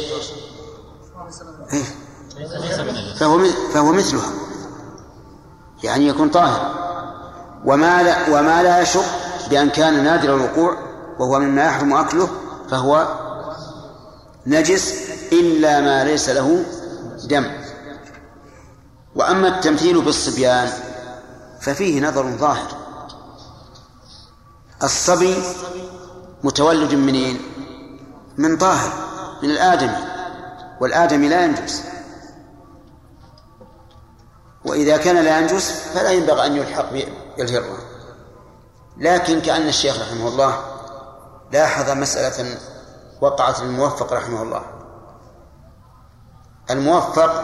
فهو فهو مثلها، يعني يكون طاهر. وما لا وما لا يشق بأن كان نادر الوقوع وهو مما يحرم أكله فهو نجس إلا ما ليس له دم. وأما التمثيل بالصبيان ففيه نظر ظاهر. الصبي متولد منين؟ من طاهر، من الآدمي، والآدمي لا ينجس، وإذا كان لا ينجس فلا ينبغي أن يلحق بالهرة. لكن كأن الشيخ رحمه الله لاحظ مسألة وقعت للموفق رحمه الله. الموفق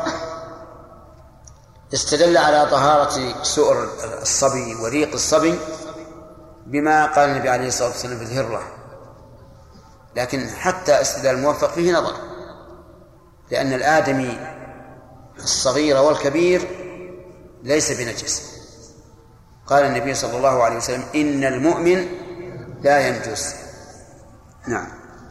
استدل على طهارة سؤر الصبي وريق الصبي بما قال النبي عليه الصلاة والسلام في الهرة، لكن حتى استدلال الموفق فيه نظر، لأن الآدمي الصغير والكبير ليس بنجس. قال النبي صلى الله عليه وسلم إن المؤمن لا ينجس. نعم.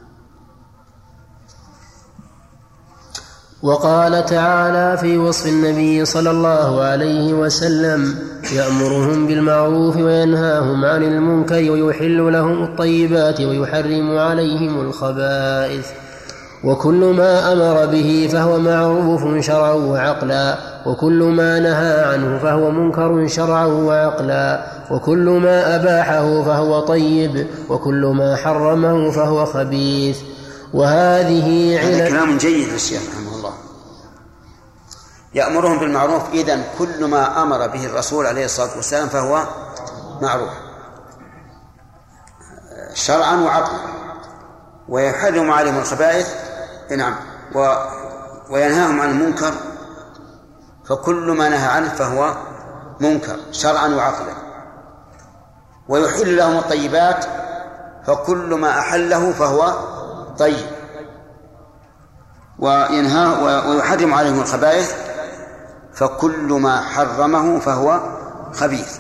وقال تعالى في وصف النبي صلى الله عليه وسلم يأمرهم بالمعروف وينهاهم عن المنكر ويحل لهم الطيبات ويحرم عليهم الخبائث، وكل ما أمر به فهو معروف شرعا وعقلا، وكل ما نهى عنه فهو منكر شرعا وعقلا، وكل ما أباحه فهو طيب، وكل ما حرمه فهو خبيث. وهذه هذا كلام جيد للشيخ رحمه الله. يأمرهم بالمعروف، إذن كل ما أمر به الرسول عليه الصلاة والسلام فهو معروف شرعا وعقلا، ويحرم عليهم الخبائث نعم و... وينهاهم عن المنكر، فكل ما نهى عنه فهو منكر شرعا وعقلا، ويحل لهم الطيبات، فكل ما أحله فهو طيب، وينهى ويحرم عليهم الخبائث، فكل ما حرمه فهو خبيث.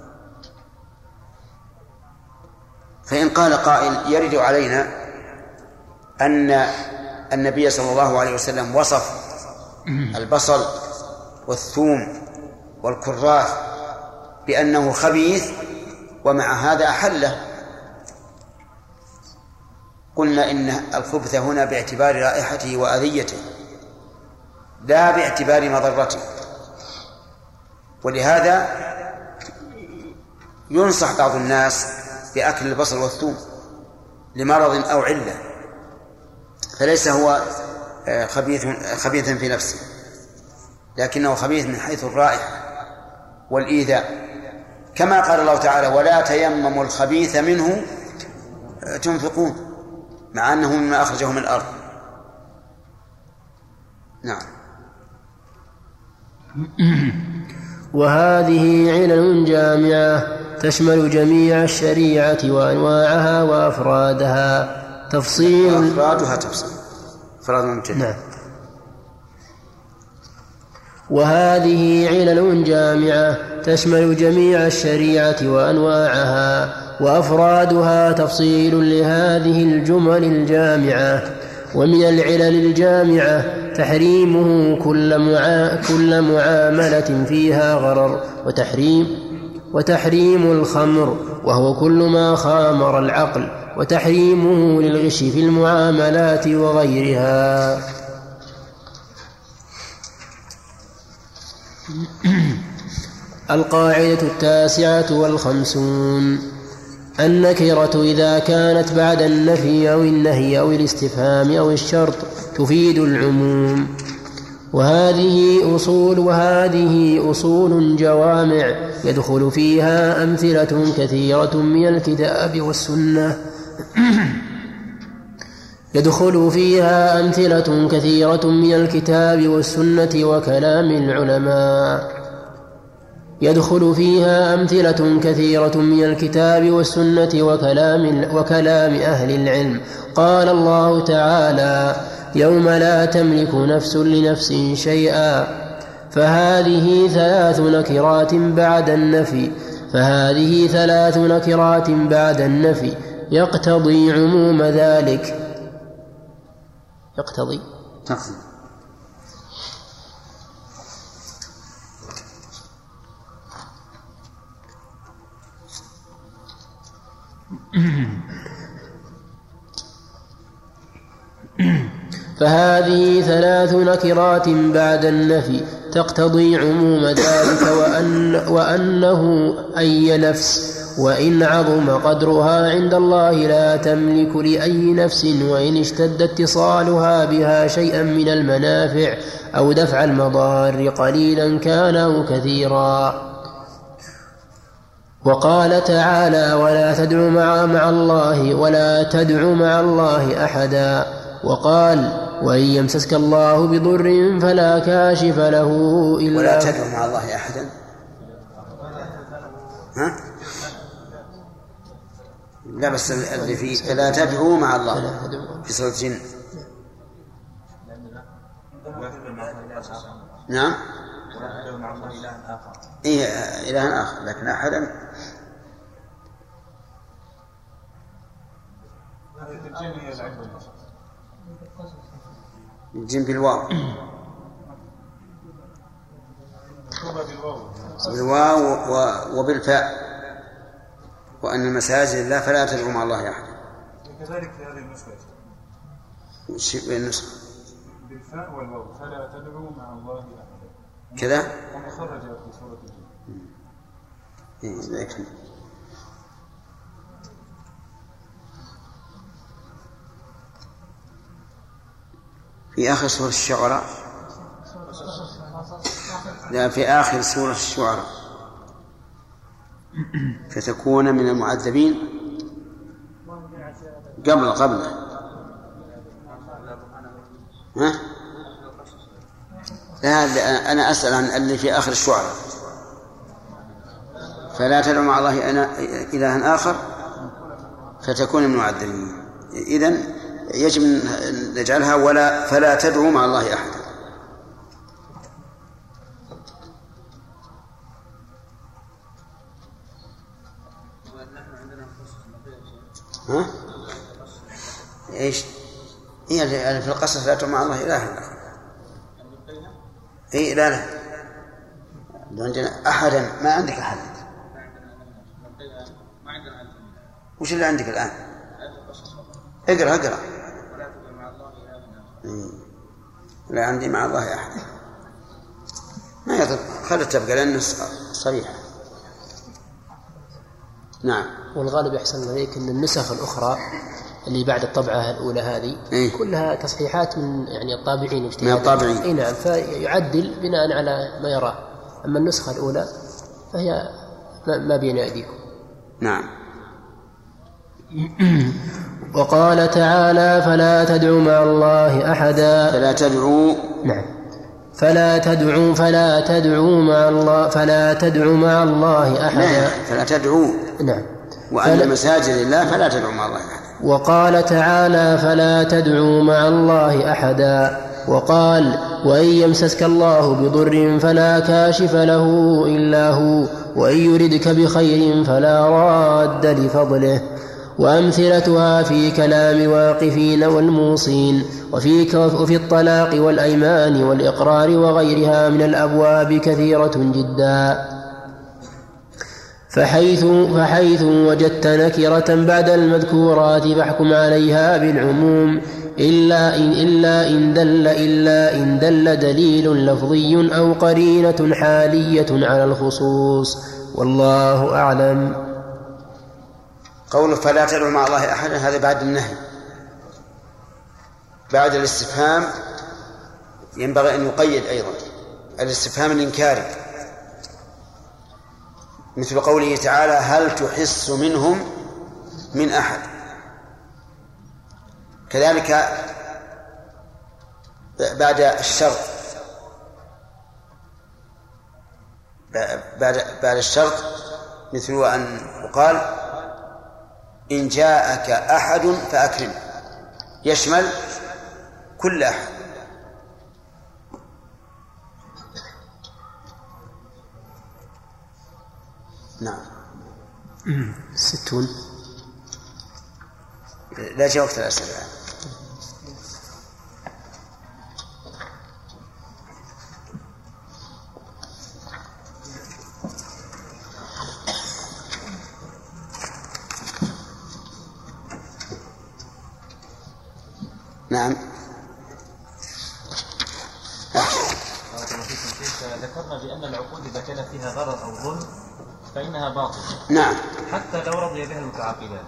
فإن قال قائل يرد علينا أن النبي صلى الله عليه وسلم وصف البصل والثوم والكراث بأنه خبيث ومع هذا أحله، قلنا إن الخبث هنا باعتبار رائحته وأذيته لا باعتبار مضرته، ولهذا ينصح بعض الناس بأكل البصل والثوم لمرض أو علة، فليس هو خبيث خبيثا في نفسه، لكنه خبيث من حيث الرائحة والإيذاء، كما قال الله تعالى: ولا تيمموا الخبيث منه تنفقون، مع أنه مما أخرجه من الأرض. نعم. وهذه علل جامعة تشمل جميع الشريعة وأنواعها وأفرادها تفصيل وأفرادها تفصيل أفراد ممتنع. نعم. وهذه علل جامعة تشمل جميع الشريعة وأنواعها وأفرادها تفصيل لهذه الجمل الجامعة. ومن العلل الجامعة تحريمه كل, معا... كل معاملة فيها غرر، وتحريم وتحريم الخمر وهو كل ما خامر العقل، وتحريمه للغش في المعاملات وغيرها. القاعدة التاسعة والخمسون: النكرة إذا كانت بعد النفي أو النهي أو الاستفهام أو الشرط تفيد العموم. وهذه أصول وهذه أصول جوامع يدخل فيها أمثلة كثيرة من الكتاب والسنة يدخل فيها أمثلة كثيرة من الكتاب والسنة وكلام العلماء يدخل فيها أمثلة كثيرة من الكتاب والسنة وكلام, وكلام أهل العلم. قال الله تعالى: يوم لا تملك نفس لنفس شيئا، فهذه ثلاث نكرات بعد النفي فهذه ثلاث نكرات بعد النفي يقتضي عموم ذلك يقتضي تقصد فهذه ثلاث نكرات بعد النفي تقتضي عموم ذلك، وأن وأنه أي نفس وإن عظم قدرها عند الله لا تملك لأي نفس، وإن اشتد اتصالها بها شيئا من المنافع أو دفع المضار قليلا كان أو كثيرا. وقال تعالى: ولا تدع مع, مع الله ولا تدع مع الله أحدا. وقال: وإن يمسسك الله بضر فلا كاشف له إلا ولا تدع مع الله أحدا. ها؟ لا بس اللي فيه فلا تدعوا مع الله في سورة الجن. نعم. إيه إله آخر، لكن أحدا الجن بالواو بالواو وبالفاء، وأن المساجد لله فلا تدعوا مع الله أحدا. كذلك في هذه النسخة الشيء النسخة بالفاء والواو فلا تدعوا مع الله أحدا كذا ومخرج في سورة الجن. إيه لكن في آخر سورة الشعراء، لا في آخر سورة الشعراء فتكون من المعذبين قبل قبل ها؟ لا أنا أسأل عن اللي في آخر الشعراء، فلا تدعوا مع الله أنا إلها آخر فتكون من المعذبين. إذن يجب أن نجعلها ولا فلا تدعوا مع الله أحدا. ها؟ إيش؟ هي في القصص لا تدعوا مع الله إلها آخر. إيه لا لا عندنا أحدا، ما عندك أحد. وش اللي عندك الآن؟ اقرأ اقرأ. لا عندي مع الله أحد، ما يضر، خلت تبقى لأنه صريحة. نعم. والغالب يحسن عليك أن النسخ الأخرى اللي بعد الطبعة الأولى هذه إيه؟ كلها تصحيحات من يعني الطابعين من الطابعين. إيه نعم، فيعدل بناء على ما يراه. أما النسخة الأولى فهي ما بين أيديكم. نعم. وقال تعالى فلا تدعوا مع الله أحدا. فلا تدعوا نعم فلا تدعوا فلا تدعوا مع الله فلا تدعوا مع الله أحدا. نعم. فلا تدعوا. نعم. وأن فلا... مساجد الله فلا تدعوا مع الله أحدا. وقال تعالى فلا تدعوا مع الله أحدا. وقال وإن يمسسك الله بضر فلا كاشف له إلا هو وإن يردك بخير فلا راد لفضله. وأمثلتها في كلام واقفين والموصين وفي, وفي الطلاق والأيمان والإقرار وغيرها من الأبواب كثيرة جدا. فحيث, فحيث وجدت نكرة بعد المذكورات فاحكم عليها بالعموم إلا إن, إلا إن, دل, إلا إن دل دليل لفظي أو قرينة حالية على الخصوص، والله أعلم. قوله فلا تدعوا مع الله أحدا هذا بعد النهي، بعد الاستفهام ينبغي أن يقيد أيضا الاستفهام الإنكاري، مثل قوله تعالى هل تحس منهم من أحد. كذلك بعد الشرط بعد بعد الشرط مثل أن يقال إن جاءك أحد فأكرم، يشمل كل أحد. نعم. ستون لا جاء وقت الأسئلة. نعم. ذكرنا بأن العقود إذا كان فيها غرض أو ظلم فإنها باطلة. نعم. حتى لو رضي بها المتعاقدان.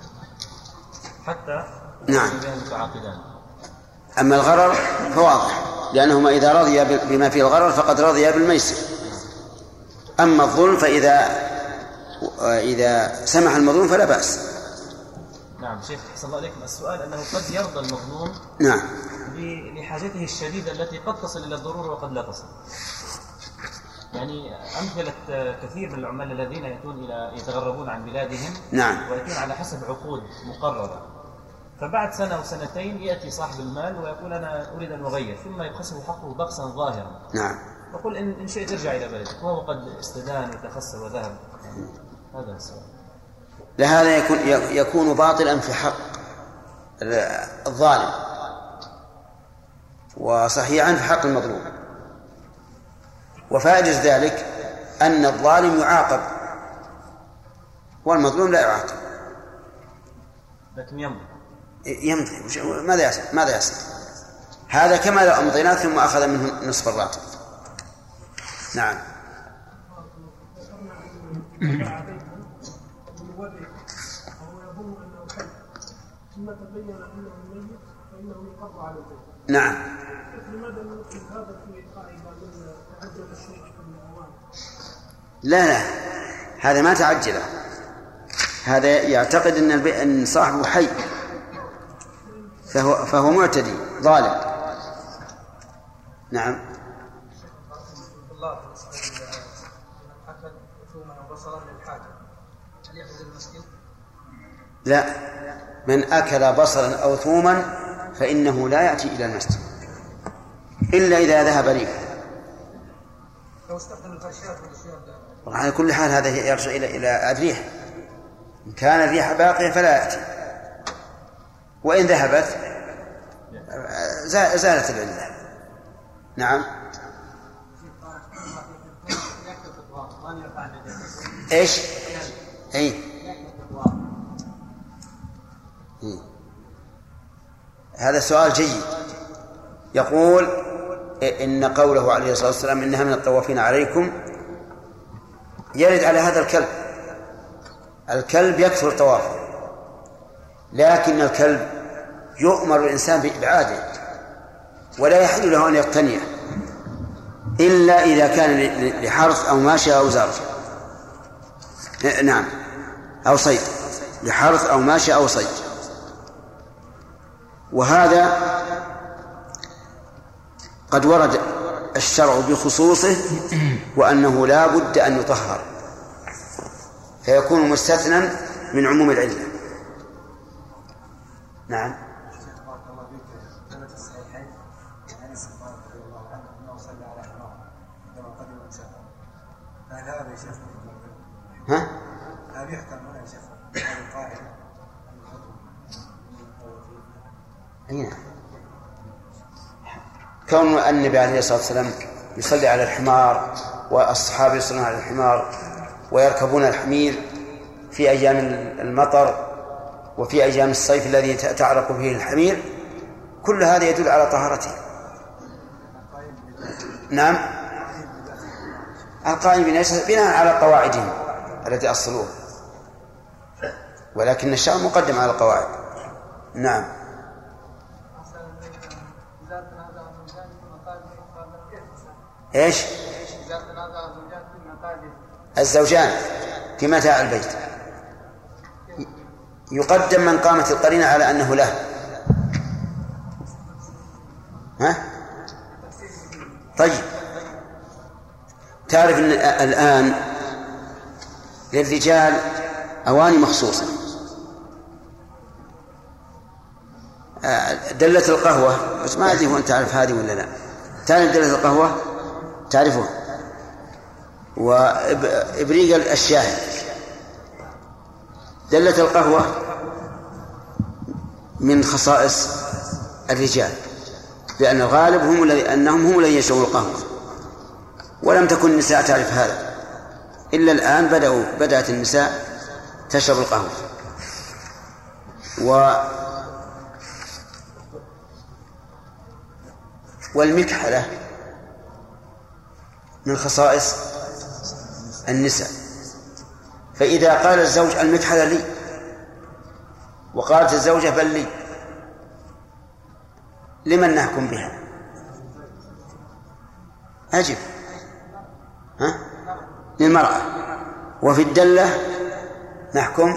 حتى نعم. رضي بها المتعاقدان. أما الغرر فواضح، لأنهما إذا رضي بما فيه الغرر فقد رضي بالميسر. أما الظلم فإذا إذا سمح المظلوم فلا بأس. نعم شيخ أحسن الله عليكم. السؤال أنه قد يرضى المظلوم نعم لحاجته الشديدة التي قد تصل إلى الضرورة وقد لا تصل. يعني أمثلة كثير من العمال الذين يأتون إلى يتغربون عن بلادهم نعم. ويأتون على حسب عقود مقررة، فبعد سنة أو سنتين يأتي صاحب المال ويقول أنا أريد أن أغير، ثم يقسم حقه بخسا ظاهرا. نعم. يقول إن شئت ارجع إلى بلدك، وهو قد استدان وتخسر وذهب. هذا السؤال. لهذا يكون يكون باطلا في حق الظالم وصحيحا في حق المظلوم. وفائدة ذلك أن الظالم يعاقب والمظلوم لا يعاقب، لكن يمضي يمضي. ماذا يصنع؟ ماذا يصنع؟ هذا كما لو أمضيناه ثم أخذ منه نصف الراتب. نعم. نعم. لا لا هذا ما تعجله، هذا يعتقد أن أن صاحبه حي فهو فهو معتدي ظالم. نعم. لا، من أكل بصلا أو ثوما فإنه لا يأتي إلى المسجد إلا إذا ذهب ريحه. على كل حال هذا يرجع إلى إلى الريح، إن كان الريح باقية فلا يأتي، وإن ذهبت زالت العلة. نعم. إيش؟ أي هذا سؤال جيد. يقول إن قوله عليه الصلاة والسلام إنها من الطوافين عليكم يرد على هذا الكلب. الكلب يكثر طوافه لكن الكلب يؤمر الإنسان بإبعاده ولا يحل له أن يقتنيه إلا إذا كان لحرث أو ماشية أو زرع. نعم، أو صيد، لحرث أو ماشية أو صيد. وهذا قد ورد الشرع بخصوصه وأنه لا بد أن يطهر، فيكون مستثنى من عموم العلة. نعم. ها؟ هل يحكم هنا يا شيخ هذه القاعدة؟ أين؟ كون النبي عليه الصلاة والسلام يصلي على الحمار والصحابة يصلون على الحمار ويركبون الحمير في أيام المطر وفي أيام الصيف الذي تعرق فيه الحمير، كل هذا يدل على طهارته. نعم، القائم بناء على قواعدهم التي أصلوها، ولكن الشرع مقدم على القواعد. نعم. ايش؟ الزوجان في متاع البيت يقدم من قامت القرينة على أنه له. ها؟ طيب، تعرف أن الآن للرجال أواني مخصوصة. دلة القهوة، بس ما أدري هو أنت تعرف هذه ولا لا. تعرف دلة القهوة؟ تعرفه؟ وإبريق الشاهي. دلة القهوة من خصائص الرجال، لأن الغالب هم الذي أنهم هم الذين يشربون القهوة، ولم تكن النساء تعرف هذا إلا الآن بدأوا بدأت النساء تشرب القهوة. و والمكحلة من خصائص النساء، فإذا قال الزوج المكحلة لي وقالت الزوجة بل لي، لمن نحكم بها؟ أجب. ها؟ للمرأة. وفي الدلة نحكم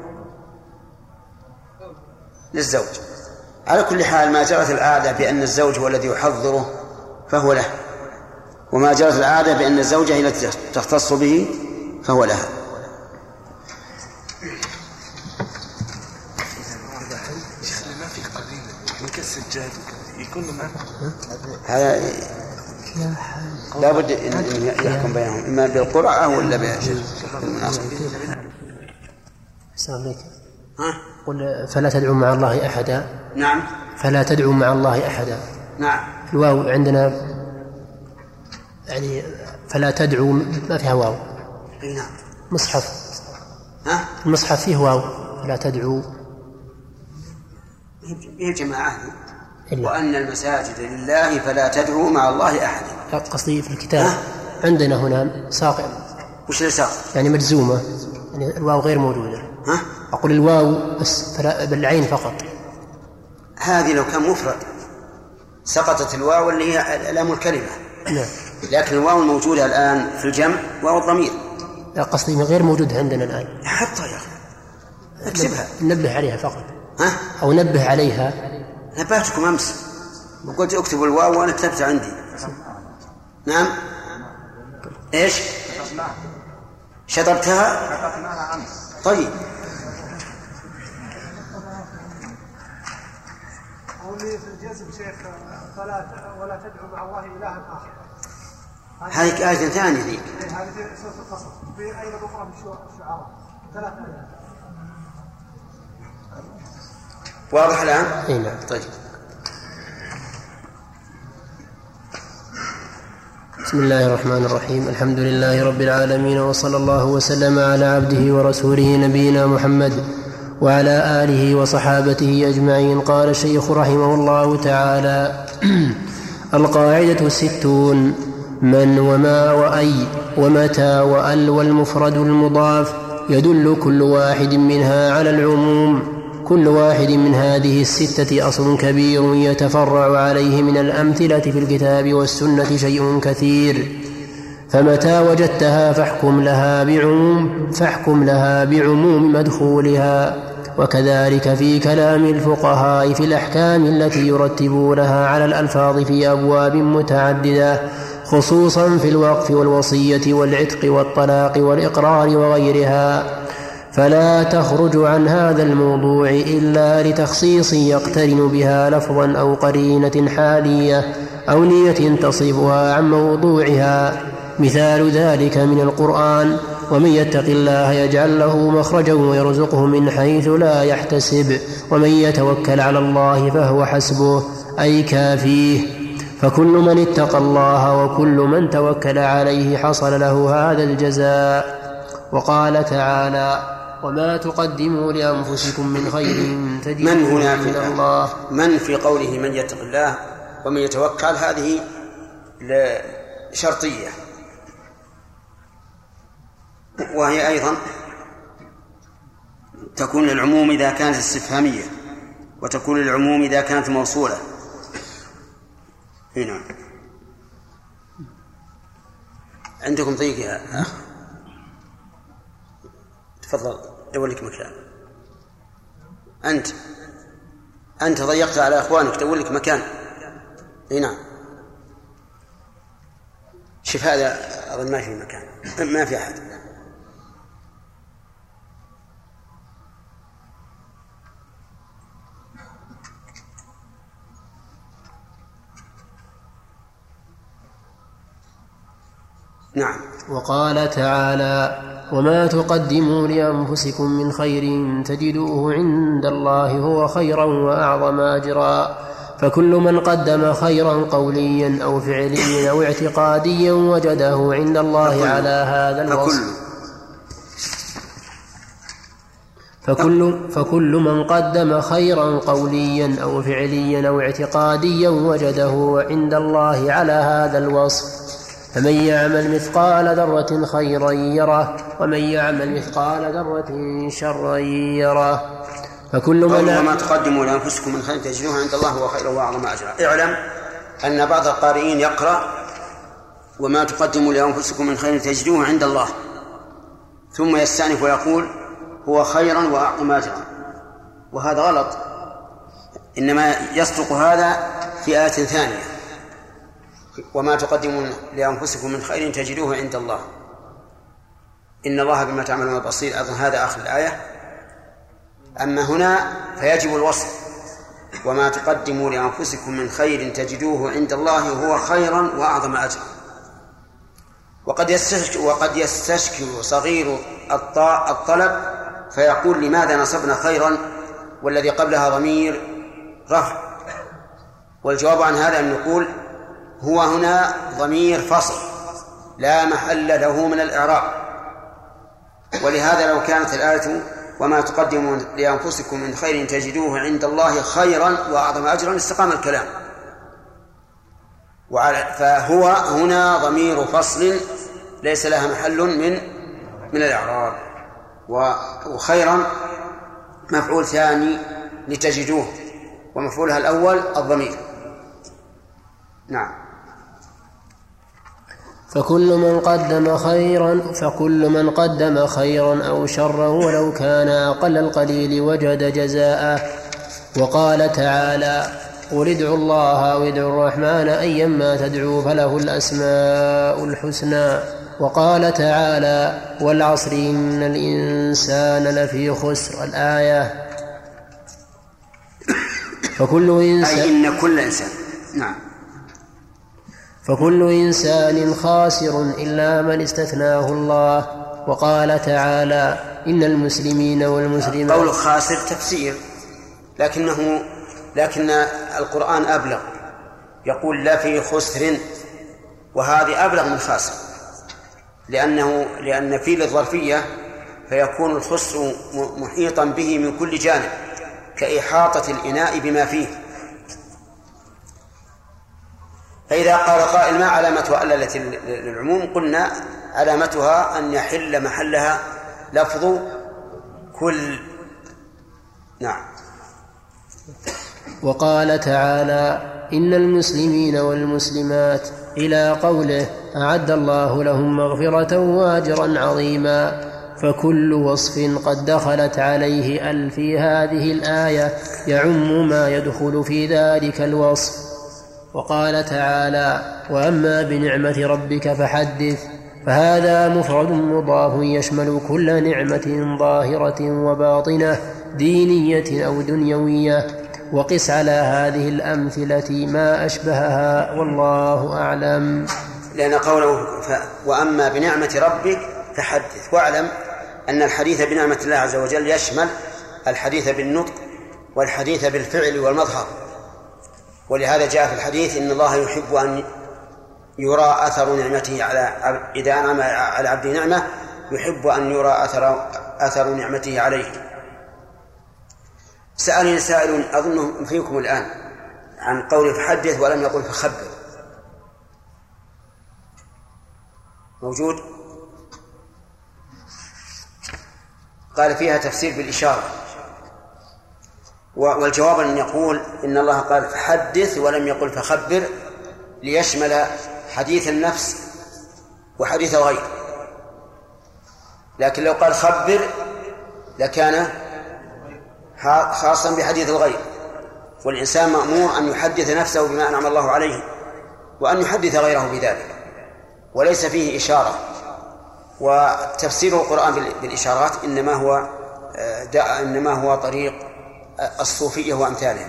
للزوج. على كل حال، ما جرت العادة بأن الزوج هو الذي يحضره فهو له، وما جرت العادة بأن الزوجة هي التي تختص به فهو لها. هذا لا بد أن يحكم بينهم إما بالقرعة ولا بشيء المناسبة. السلام عليكم. قل فلا تدعوا مع الله أحدا. نعم. فلا تدعوا مع الله أحدا. نعم. الواو عندنا يعني فلا تدعوا ما فيها واو. نعم. مصحف. ها؟ المصحف فيه واو فلا تدعوا. هي جماعة. وأن المساجد لله فلا تدعوا مع الله أحدا. قصدي في الكتاب عندنا هنا ساقع. وش الساق؟ يعني مجزومة، يعني الواو غير موجودة. ها؟ أقول الواو بس بالعين فقط. هذه لو كان مفرد سقطت الواو اللي هي لام الكلمة. نعم. لكن الواو الموجودة الآن في الجمع واو الضمير. لا، قصدي غير موجود عندنا الآن. حطها يا أخي، اكتبها. نبه عليها فقط. ها؟ أو نبه عليها. نبهتكم أمس وقلت اكتبوا الواو وأنا كتبت عندي. نعم. إيش؟ شطبتها؟ طيب. قولي في الجزم شيخ فلا ولا تدعو مع الله إلها آخر. هذه آية ثانية ذيك. هذه في سورة القصص. في آية أخرى من الشعراء. ثلاث آيات. واضح الآن؟ إيه نعم. طيب. بسم الله الرحمن الرحيم. الحمد لله رب العالمين، وصلى الله وسلم على عبده ورسوله نبينا محمد وعلى آله وصحابته أجمعين. قال الشيخ رحمه الله تعالى: القاعدة الستون: من وما وأي ومتى وأل والمفرد المضاف يدل كل واحد منها على العموم، كل واحد من هذه الستة أصل كبير يتفرع عليه من الأمثلة في الكتاب والسنة شيء كثير، فمتى وجدتها فاحكم لها بعموم, فاحكم لها بعموم مدخولها. وكذلك في كلام الفقهاء في الأحكام التي يرتبونها على الألفاظ في أبواب متعددة، خصوصا في الوقف والوصية والعتق والطلاق والإقرار وغيرها، فلا تخرج عن هذا الموضوع إلا لتخصيص يقترن بها لفظا أو قرينة حالية أو نية تصرفها عن موضوعها. مثال ذلك من القرآن: ومن يتق الله يجعل له مخرجا ويرزقه من حيث لا يحتسب ومن يتوكل على الله فهو حسبه، أي كافيه. فكل من اتقى الله وكل من توكل عليه حصل له هذا الجزاء. وقال تعالى: وما تقدموا لأنفسكم من خير تجدوه عند الله. من في قوله من يتق الله ومن يتوكل هذه شرطية، وهي أيضا تكون للعموم إذا كانت استفهامية، وتكون للعموم إذا كانت موصولة. هنا عندكم ضيق يا أخ؟ تفضل دور لك مكان. أنت أنت ضيقت على أخوانك، دور لك مكان. هنا شوف هذا أظن ما في مكان، ما في أحد. نعم. وقال تعالى: وما تقدموا لأنفسكم من خير تجدوه عند الله هو خيرا وأعظم أجرا. فكل من قدم خيرا قوليا أو فعليا أو اعتقاديا وجده عند الله فكل على هذا الوصف. فكل, فكل من قدم خيرا قوليا أو فعليا أو اعتقاديا وجده عند الله على هذا الوصف. فمن يعمل مثقال ذرة خيرا يره ومن يعمل مثقال ذرة شرا يره. فكل من وما تقدموا لأنفسكم من خير تجدوه عند الله هو خير وأعظم أجرا. اعلم أن بعض القارئين يقرأ وما تقدموا لأنفسكم من خير تجدوه عند الله، ثم يستأنف ويقول هو خيرا وأعظم أجرا، وهذا غلط. إنما يصدق هذا في آية ثانية: وما تقدموا لأنفسكم من خير تجدوه عند الله إن الله بما تعملون بصير. أظن هذا آخر الآية. أما هنا فيجب الوصف: وما تقدموا لأنفسكم من خير تجدوه عند الله هو خيرا وأعظم أجرا. وقد يستشكل, وقد يستشكل صغير الطلب فيقول: لماذا نصبنا خيرا والذي قبلها ضمير رفع؟ والجواب عن هذا أن نقول: هو هنا ضمير فصل لا محل له من الإعراب، ولهذا لو كانت الآية وما تقدموا لأنفسكم من خير تجدوه عند الله خيرا وأعظم أجرا استقام الكلام. فهو هنا ضمير فصل ليس لها محل من من الإعراب. وخيرا مفعول ثاني لتجدوه، ومفعولها الأول الضمير. نعم. فكل من قدم خيرا فكل من قدم خيرا أو شرا ولو كان أقل القليل وجد جزاءه. وقال تعالى: قل ادعوا الله أو ادعوا الرحمن أيما تدعوا فله الأسماء الحسنى. وقال تعالى: والعصر إن الإنسان لفي خسر. الآية. فكل إنسان أي إن كل إنسان. نعم. فكل إنسان خاسر إلا من استثناه الله. وقال تعالى: إن المسلمين والمسلمات. قول خاسر تفسير، لكنه لكن القرآن أبلغ، يقول لا في خسر، وهذه أبلغ من خاسر، لأنه لأن في الظرفية فيكون الخسر محيطا به من كل جانب كإحاطة الإناء بما فيه. فإذا قال قائل: ما علامتها ألا التي للعموم؟ قلنا علامتها أن يحل محلها لفظ كل. نعم. وقال تعالى: إن المسلمين والمسلمات، إلى قوله: أعد الله لهم مغفرة وأجرا عظيما. فكل وصف قد دخلت عليه ال في هذه الآية يعم ما يدخل في ذلك الوصف. وقال تعالى: وأما بنعمة ربك فحدث، فهذا مفرد مضاف يشمل كل نعمة ظاهرة وباطنة دينية أو دنيوية. وقس على هذه الأمثلة ما أشبهها، والله أعلم. لأن قوله ف... وأما بنعمة ربك فحدث، واعلم أن الحديث بنعمة الله عز وجل يشمل الحديث بالنطق والحديث بالفعل والمظهر. ولهذا جاء في الحديث: إن الله يحب أن يرى أثر نعمته على إذا أنعم على عبد نعمة يحب أن يرى أثر أثر نعمته عليه. سألني سائل أظنه فيكم الآن عن قول فحدث ولم يقل فخبر، موجود؟ قال فيها تفسير بالإشارة، والجواب أن يقول إن الله قال فحدث ولم يقل فخبر ليشمل حديث النفس وحديث الغير، لكن لو قال خبر لكان خاصا بحديث الغير. والإنسان مأمور أن يحدث نفسه بما أنعم الله عليه وأن يحدث غيره بذلك، وليس فيه إشارة. وتفسير القرآن بالإشارات إنما هو إنما هو طريق الصوفية وأمثالهم.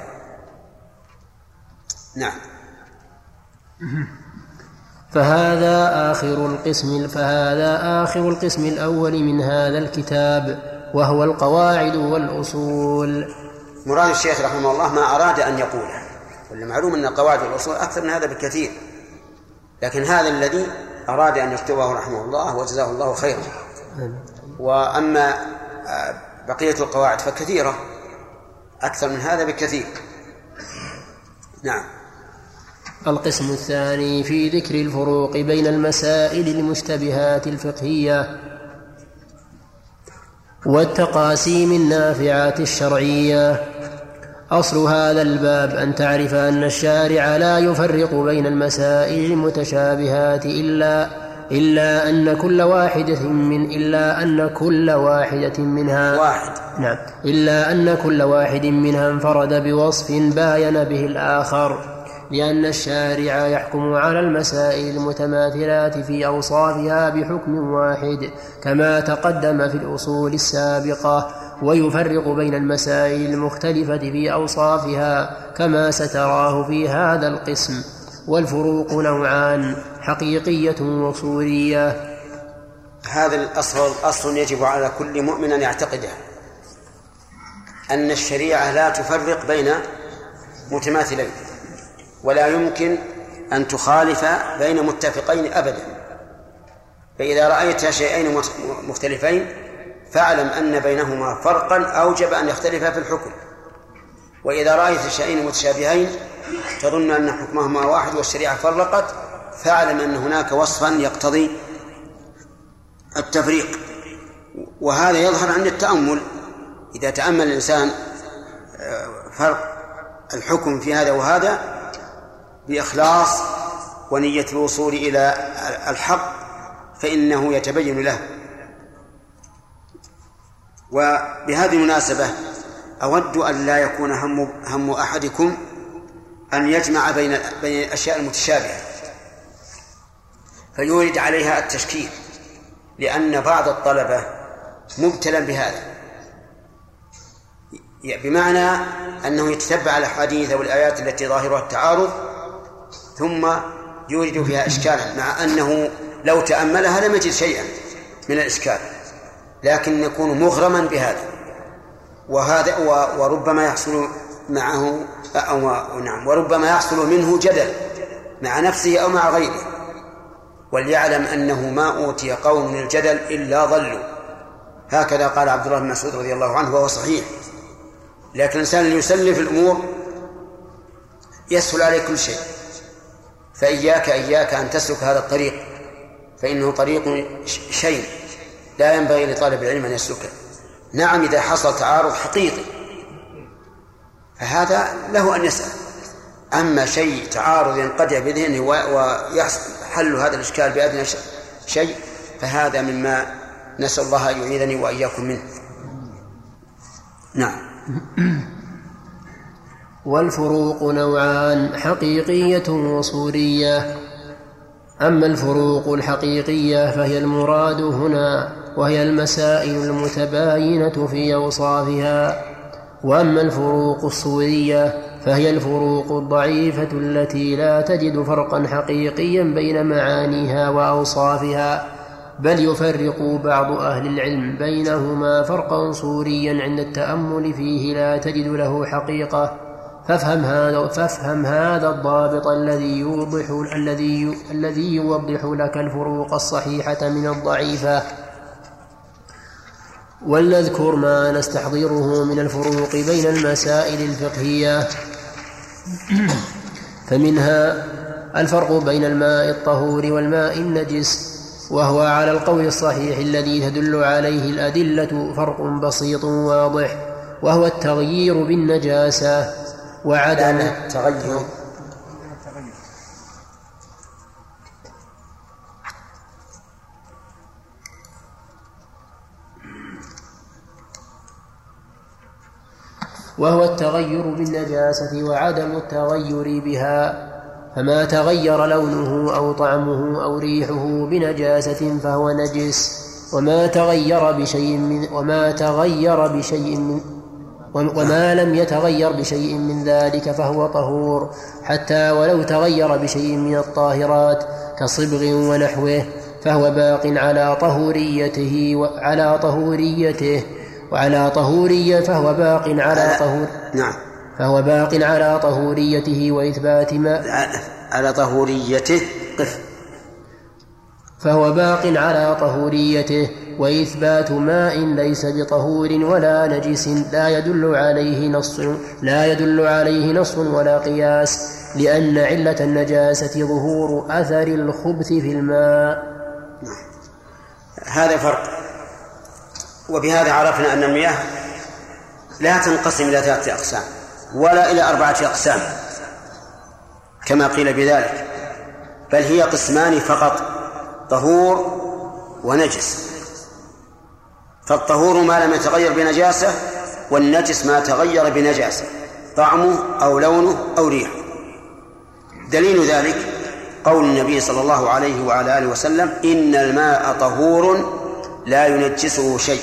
نعم. فهذا آخر القسم فهذا آخر القسم الأول من هذا الكتاب، وهو القواعد والأصول. مراد الشيخ رحمه الله ما أراد أن يقوله، والمعلوم أن القواعد والأصول أكثر من هذا بكثير، لكن هذا الذي أراد أن يكتبه رحمه الله وجزاه الله خيرا. وأما بقية القواعد فكثيرة أكثر من هذا بكثير. نعم. القسم الثاني في ذكر الفروق بين المسائل المشتبهات الفقهية والتقاسيم النافعات الشرعية. أصل هذا الباب أن تعرف أن الشارع لا يفرق بين المسائل المتشابهات إلا إلا أن كل واحدة من إلا أن كل واحدة منها واحد نعم إلا أن كل واحد منها انفرد بوصف باين به الآخر، لأن الشارع يحكم على المسائل المتماثلات في أوصافها بحكم واحد كما تقدم في الأصول السابقة، ويفرق بين المسائل المختلفة في أوصافها كما ستراه في هذا القسم. والفروق نوعان: حقيقية وصورية. هذا الأصل أصل يجب على كل مؤمن أن يعتقده، أن الشريعة لا تفرق بين متماثلين، ولا يمكن أن تخالف بين متفقين أبدا. فإذا رأيت شيئين مختلفين فاعلم أن بينهما فرقا أوجب أن يختلفا في الحكم، وإذا رأيت شيئين متشابهين تظن أن حكمهما واحد والشريعة فرقت فاعلم أن هناك وصفا يقتضي التفريق. وهذا يظهر عند التأمل، إذا تأمل الإنسان فرق الحكم في هذا وهذا بإخلاص ونية الوصول إلى الحق فإنه يتبين له. وبهذه المناسبة أود أن لا يكون هم, هم أحدكم أن يجمع بين بين الأشياء المتشابهة فيورد عليها التشكيل، لأن بعض الطلبة مبتلى بهذا، بمعنى أنه يتتبع الأحاديث والآيات التي ظاهرها التعارض ثم يورد فيها إشكالا، مع أنه لو تأملها لم يجد شيئا من الإشكال، لكن يكون مغرما بهذا. وهذا وربما يحصل معه أو نعم وربما يحصل منه جدل مع نفسه أو مع غيره. وليعلم أنه ما أوتي قوم من الجدل إلا ضلوا، هكذا قال عبد الله بن مسعود رضي الله عنه وهو صحيح. لكن الإنسان اللي يسلف الأمور يسهل عليه كل شيء، فإياك إياك أن تسلك هذا الطريق، فإنه طريق شيء لا ينبغي لطالب العلم أن يسلكه. نعم إذا حصل تعارض حقيقي فهذا له أن يسأل. أما شيء تعارض ينقطع بذهنه ويحل هذا الإشكال بأدنى شيء فهذا مما نسأل الله أن يعيذني وإياكم منه. نعم. والفروق نوعان: حقيقية وصورية. أما الفروق الحقيقية فهي المراد هنا، وهي المسائل المتباينة في أوصافها. وأما الفروق الصورية فهي الفروق الضعيفة التي لا تجد فرقا حقيقيا بين معانيها وأوصافها، بل يفرق بعض أهل العلم بينهما فرقا صوريا عند التأمل فيه لا تجد له حقيقة. فافهم هذا فافهم هذا الضابط الذي يوضح الذي الذي يوضح لك الفروق الصحيحة من الضعيفة. ولنذكر ما نستحضره من الفروق بين المسائل الفقهية. فمنها الفرق بين الماء الطهور والماء النجس، وهو على القول الصحيح الذي تدل عليه الأدلة فرق بسيط واضح، وهو التغيير بالنجاسة وعدم التغير وهو التغير بالنجاسة وعدم التغير بها. فما تغير لونه أو طعمه أو ريحه بنجاسة فهو نجس، وما تغير بشيء من وما تغير بشيء من وما لم يتغير بشيء من ذلك فهو طهور، حتى ولو تغير بشيء من الطاهرات كصبغ ونحوه فهو باق على طهوريته وعلى طهوريته وعلى طهورية فهو باق على طهور نعم فهو باق على طهوريته وإثبات ما على طهوريته قف فهو باق على طهوريته وإثبات ماء ليس بطهور ولا نجس لا يدل عليه نص لا يدل عليه نص ولا قياس، لأن علة النجاسة ظهور أثر الخبث في الماء. هذا فرق. وبهذا عرفنا أن المياه لا تنقسم إلى ثلاثة أقسام ولا إلى أربعة أقسام كما قيل بذلك، بل هي قسمان فقط: طهور ونجس. فالطهور ما لم يتغير بنجاسة، والنجس ما تغير بنجاسة طعمه أو لونه أو ريحه. دليل ذلك قول النبي صلى الله عليه وعلى آله وسلم: إن الماء طهور لا ينجسه شيء.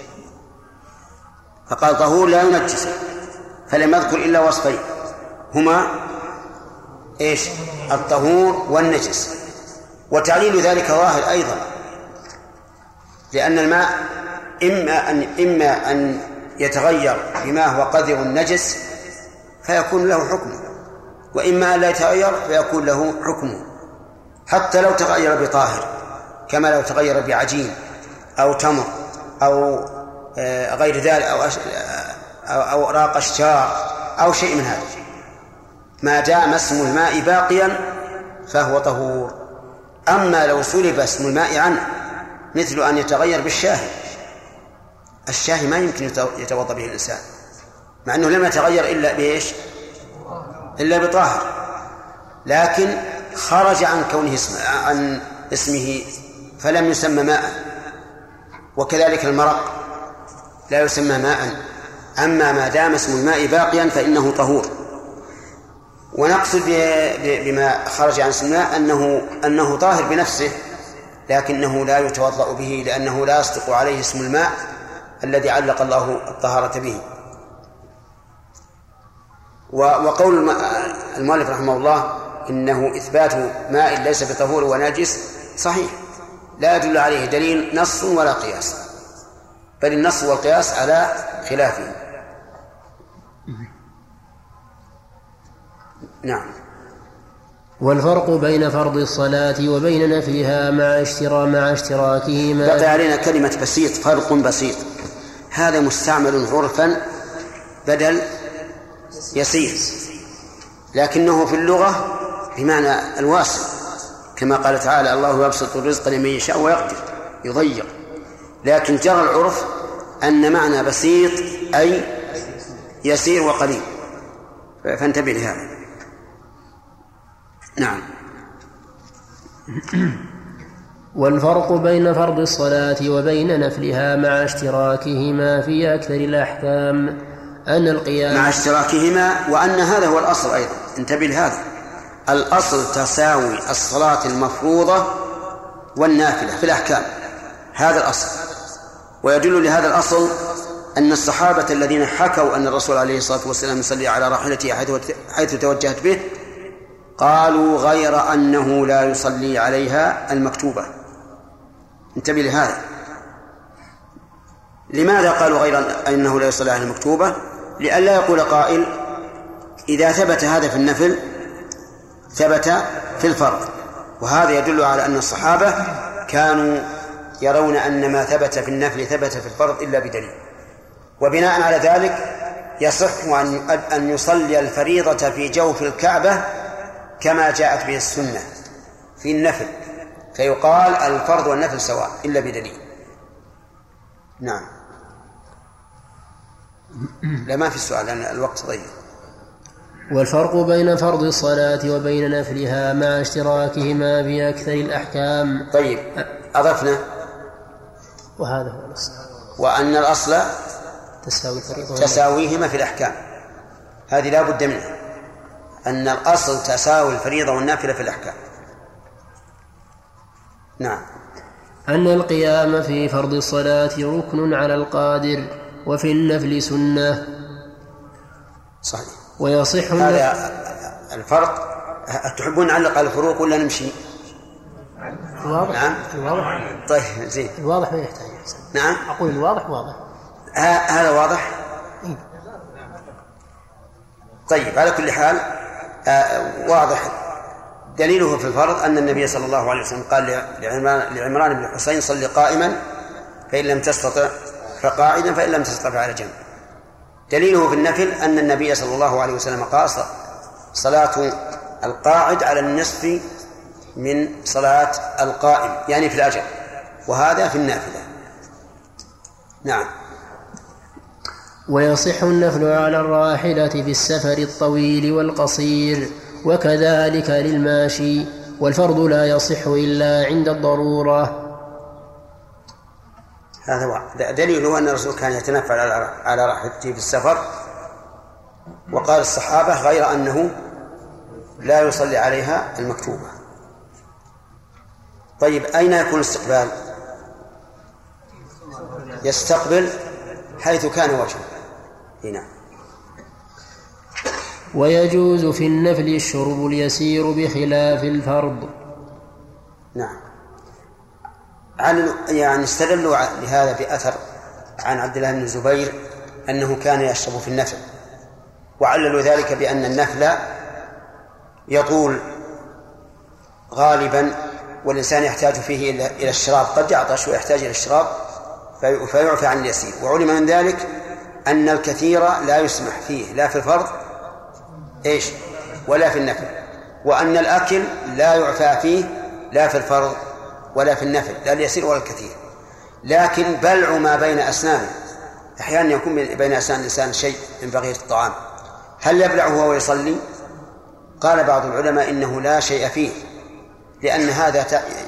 فقال طهور لا ينجسه، فلم يذكر إلا وصفين هما إيش؟ الطهور والنجس. وتعليل ذلك ظاهر أيضا، لأن الماء إما أن, إما أن يتغير بما هو قذر النجس فيكون له حكمه، وإما أن لا يتغير فيكون له حكمه، حتى لو تغير بطاهر، كما لو تغير بعجين أو تمر أو غير ذلك أو, أو أوراق أشجار أو شيء من هذا، ما دام اسم الماء باقيا فهو طهور. أما لو سلب اسم الماء عنه، مثل أن يتغير بالشاهي، الشاهي ما يمكن يتوضأ به الإنسان مع أنه لم يتغير إلا بإيش؟ إلا بطاهر، لكن خرج عن كونه اسم عن اسمه فلم يسمى ماء. وكذلك المرق لا يسمى ماء، أما ما دام اسم الماء باقيا فإنه طهور. ونقصد بما خرج عن اسم الماء أنه, أنه طاهر بنفسه، لكنه لا يتوضأ به لأنه لا يصدق عليه اسم الماء الذي علق الله الطهارة به. وقول المؤلف رحمه الله إنه إثبات ماء ليس بطهور ونجس صحيح، لا يدل عليه دليل نص ولا قياس، بل النص والقياس على خلافه. نعم. والفرق بين فرض الصلاة وبين نفيها مع اشتراك مع اشتراكهما. بقي علينا كلمة بسيط، فرق بسيط، هذا مستعمل عرفا بدل يسير، لكنه في اللغة بمعنى الواسع، كما قال تعالى: الله يبسط الرزق لمن يشاء ويقدر، يضيق. لكن جرى العرف أن معنى بسيط أي يسير وقليل، فانتبه لهذا. نعم. والفرق بين فرض الصلاة وبين نفلها مع اشتراكهما في أكثر الأحكام أن القيام مع اشتراكهما، وأن هذا هو الأصل أيضا. انتبه لهذا، الأصل تساوي الصلاة المفروضة والنافلة في الأحكام، هذا الأصل. ويدل لهذا الأصل أن الصحابة الذين حكوا أن الرسول عليه الصلاة والسلام يصلي على راحلته حيث توجهت به قالوا غير أنه لا يصلي عليها المكتوبة. انتبه لهذا. لماذا قالوا غير أنه لا يصلي عليها المكتوبة؟ لئلا يقول قائل إذا ثبت هذا في النفل ثبت في الفرض، وهذا يدل على أن الصحابة كانوا يرون أن ما ثبت في النفل ثبت في الفرض إلا بدليل. وبناء على ذلك يصح أن يصلي الفريضة في جوف الكعبة كما جاءت به السنة في النفل، فيقال الفرض والنفل سواء إلا بدليل. نعم. لا ما في السؤال لأن الوقت ضيق. والفرق بين فرض الصلاة وبين نفلها مع اشتراكهما في أكثر الأحكام. طيب أضفنا وهذا هو الأصل، وأن الأصل تساوي تساويهما في الأحكام، هذه لا بد منها، أن الأصل تساوي الفريضة والنافلة في الأحكام. نعم. أن القيام في فرض الصلاة ركن على القادر، وفي النفل سنة. صحيح. ويصح هذا الفرق. تحبون نعلق على الفروق ولا نمشي؟ الواضح. نعم. الواضح. طيب زين. الواضح ما يحتاج. نعم. أقول الواضح واضح. هذا واضح. إيه؟ طيب على كل حال آه واضح. دليله في الفرض أن النبي صلى الله عليه وسلم قال لعمران, لعمران بن حسين صلي قائما فإن لم تستطع فقاعدا فإن لم تستطع فعلى جنب. دليله في النفل أن النبي صلى الله عليه وسلم قال صلاة القاعد على النصف من صلاة القائم، يعني في الأجر، وهذا في النافلة. نعم. ويصح النفل على الراحلة في السفر الطويل والقصير، وكذلك للماشي، والفرض لا يصح إلا عند الضرورة. هذا هو دليله أن الرسول كان يتنفل على راحلته في السفر، وقال الصحابة غير أنه لا يصلي عليها المكتوبة. طيب أين يكون الاستقبال؟ يستقبل حيث كان وجهه. هنا. ويجوز في النفل الشرب اليسير بخلاف الفرض. نعم. يعني استدلوا لهذا بأثر عن عبد الله بن الزبير أنه كان يشرب في النفل، وعللوا ذلك بأن النفل يطول غالبا والإنسان يحتاج فيه إلى الشراب، قد يعطش ويحتاج إلى الشراب فيعفى عن اليسير. وعلم من ذلك أن الكثير لا يسمح فيه لا في الفرض إيش ولا في النفل، وأن الأكل لا يعفى فيه لا في الفرض ولا في النفل، لا اليسير ولا الكثير. لكن بلع ما بين أسنانه، أحيانا يكون بين أسنان الإنسان شيء من بقية الطعام، هل يبلعه وهو يصلي؟ قال بعض العلماء إنه لا شيء فيه، لأن هذا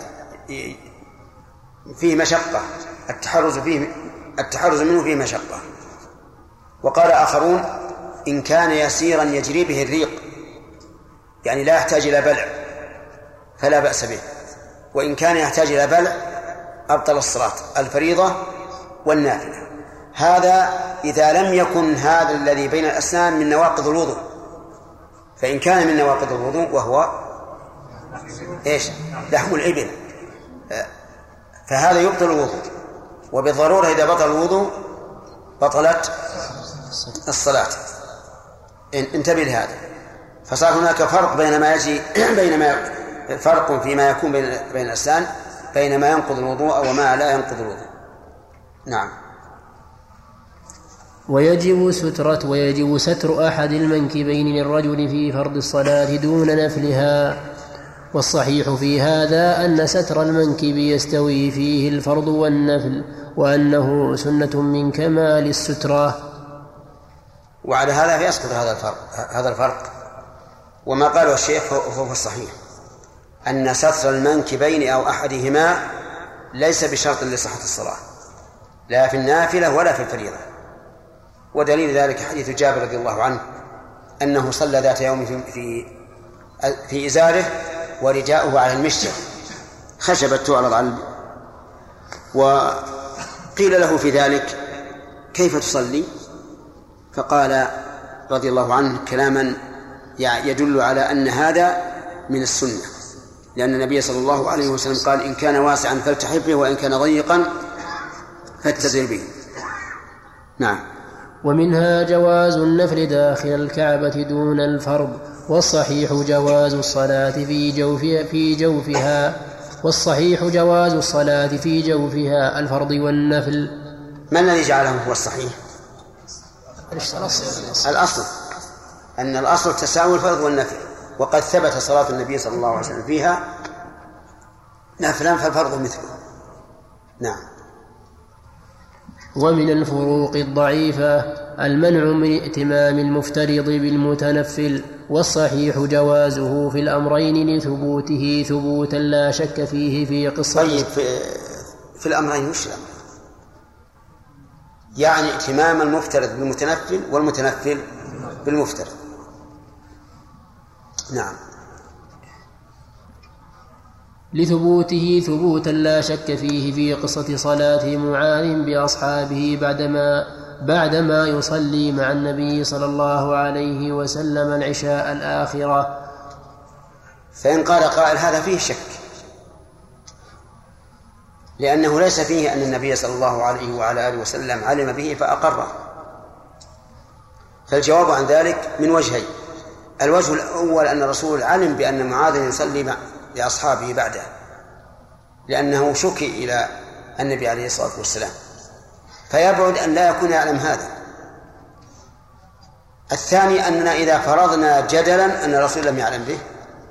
فيه مشقة، التحرز فيه التحرز منه فيه مشقة. وقال آخرون إن كان يسيرا يجري به الريق، يعني لا يحتاج إلى بلع فلا بأس به، وإن كان يحتاج إلى بلع أبطل الصلاة الفريضة والنافلة. هذا إذا لم يكن هذا الذي بين الأسنان من نواقض الوضوء، فإن كان من نواقض الوضوء وهو إيش لحم الإبل فهذا يبطل الوضوء، وبالضرورة إذا بطل الوضوء بطلت الصلاة. انتبه لهذا. فصار هناك فرق بين ما يجي بين ما فرق فيما يكون بين بين الأسنان بين ما ينقض الوضوء وما لا ينقض الوضوء. نعم. ويجب سترة ويجب ستر أحد المنكبين للرجل في فرض الصلاة دون نفلها، والصحيح في هذا أن ستر المنكب يستوي فيه الفرض والنفل، وأنه سنة من كمال السترة. وعلى هذا فيسقط هذا الفرق هذا الفرق وما قاله الشيخ هو الصحيح أن ستر المنكبين أو أحدهما ليس بشرط لصحة الصلاة لا في النافلة ولا في الفريضة. ودليل ذلك حديث جابر رضي الله عنه أنه صلى ذات يوم في في, في إزاره ورداؤه على المشجر خشبة تعرض على. وقيل له في ذلك كيف تصلي؟ فقال رضي الله عنه كلاما يدل على أن هذا من السنة، لأن النبي صلى الله عليه وسلم قال إن كان واسعا فالتحف به وإن كان ضيقا فاتزر به. نعم. ومنها جواز النفل داخل الكعبة دون الفرض، والصحيح جواز الصلاة في جوفها, في جوفها والصحيح جواز الصلاة في جوفها الفرض والنفل. ما الذي جعله هو الصحيح؟ الأصل أن الأصل تساوي الفرض والنفل، وقد ثبت صلاة النبي صلى الله عليه وسلم فيها نفلا فالفرض مثله. نعم. ومن الفروق الضعيفة المنع من ائتمام المفترض بالمتنفل، والصحيح جوازه في الأمرين لثبوته ثبوتا لا شك فيه في قصة. طيب في, في الأمرين وش الأمر؟ يعني ائتمام المفترض بالمتنفل والمتنفل بالمفترض. نعم. لثبوته ثبوتا لا شك فيه في قصة صلاة معاذ بأصحابه بعدما بعدما يصلي مع النبي صلى الله عليه وسلم العشاء الآخرة. فإن قال قائل هذا فيه شك، لأنه ليس فيه أن النبي صلى الله عليه وعلى آله وسلم علم به فأقره، فالجواب عن ذلك من وجهين. الوجه الأول أن الرسول علم بأن معاذ يصلي لأصحابه بعده، لأنه شكي إلى النبي عليه الصلاة والسلام، فيبعد أن لا يكون يعلم هذا. الثاني أننا إذا فرضنا جدلا أن الرسول لم يعلم به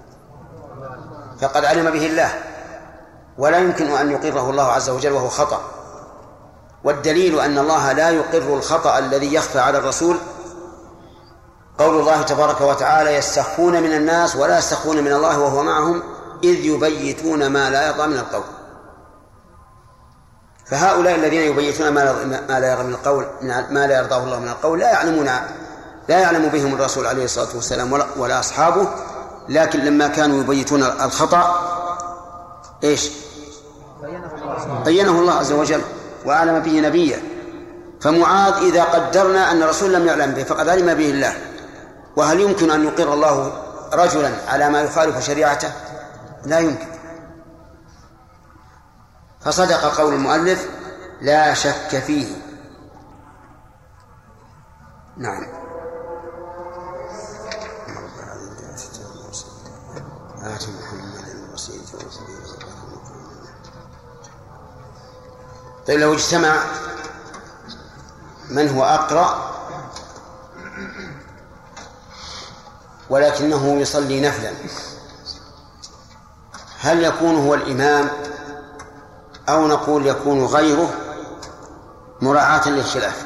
فقد علم به الله، ولا يمكن أن يقره الله عز وجل وهو خطأ. والدليل أن الله لا يقر الخطأ الذي يخفى على الرسول قول الله تبارك وتعالى يستخفون من الناس ولا يستخفون من الله وهو معهم إذ يبيتون ما لا يرضى من القول. فهؤلاء الذين يبيتون ما لا يرضى من القول ما لا يرضاه الله من القول لا يعلمون لا يعلم بهم الرسول عليه الصلاة والسلام ولا, ولا أصحابه، لكن لما كانوا يبيتون الخطأ إيش بينه الله عز وجل وأعلم به نبيه. فمعاذ إذا قدرنا أن الرسول لم يعلم به فقد علم به الله، وهل يمكن أن يقر الله رجلا على ما يخالف شريعته؟ لا يمكن. فصدق قول المؤلف لا شك فيه. نعم. طيب لو اجتمع من هو أقرأ ولكنه يصلي نفلا، هل يكون هو الإمام أو نقول يكون غيره مراعاة للخلاف؟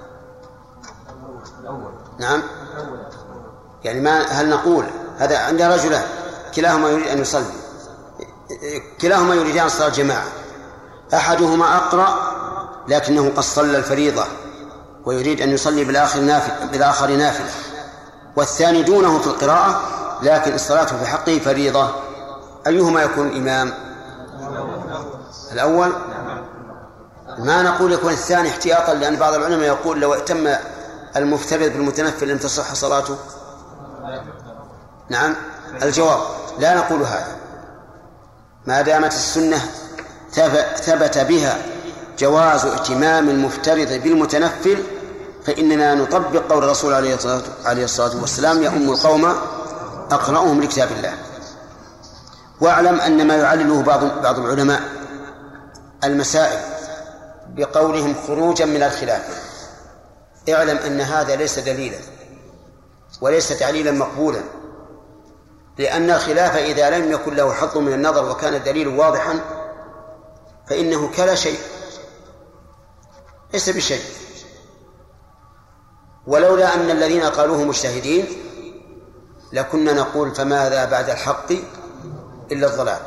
نعم. يعني ما هل نقول هذا عند رجلان كلاهما يريد أن يصلي كلاهما يريدان الصلاة جماعة، أحدهما أقرأ لكنه قد صلى الفريضة ويريد أن يصلي بالآخر نافل بالآخر نافلة، والثاني دونه في القراءة لكن الصلاة في حقه فريضة، أيهما يكون الإمام؟ الأول. ما نقول يكون الثاني احتياطا، لأن بعض العلماء يقول لو ائتم المفترض بالمتنفل لم تصح صلاته. نعم. الجواب لا نقول هذا، ما دامت السنة ثبت بها جواز ائتمام المفترض بالمتنفل فإننا نطبق قول الرسول عليه الصلاة والسلام يؤم القوم أقرأهم لكتاب الله. واعلم أن ما يعلله بعض بعض العلماء المسائل بقولهم خروجا من الخلاف، اعلم أن هذا ليس دليلا وليس تعليلا مقبولا، لأن الخلاف إذا لم يكن له حظ من النظر وكان الدليل واضحا فإنه كلا شيء، ليس بشيء. ولولا أن الذين قالوه مجتهدين لكنا نقول فماذا بعد الحق إلا الضلال.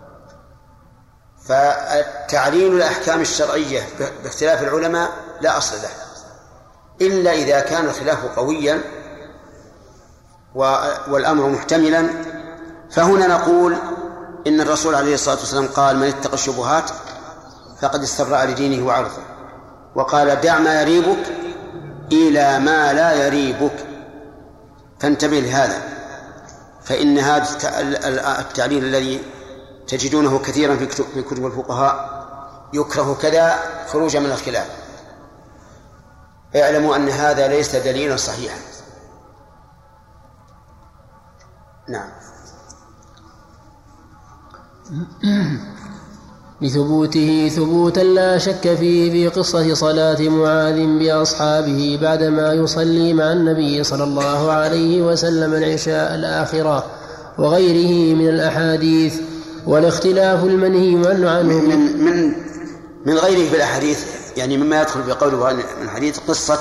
فالتعليل الأحكام الشرعية باختلاف العلماء لا أصل له إلا إذا كان الخلاف قويا والأمر محتملا. فهنا نقول إن الرسول عليه الصلاة والسلام قال من اتقى الشبهات فقد استبرأ لدينه وعرضه، وقال دع ما يريبك إلى ما لا يريبك. فانتبه لهذا، فإن هذا التعليل الذي تجدونه كثيرا في كتب الفقهاء يكره كذا خروجا من الخلاف. اعلموا أن هذا ليس دليلا صحيحا. نعم. لثبوته ثبوتا لا شك فيه في قصة صلاة معاذ بأصحابه بعدما يصلي مع النبي صلى الله عليه وسلم العشاء الآخرة وغيره من الأحاديث. والاختلاف المنهي عنه من, من, من غيره في الأحاديث، يعني مما يدخل في قوله من الحديث قصة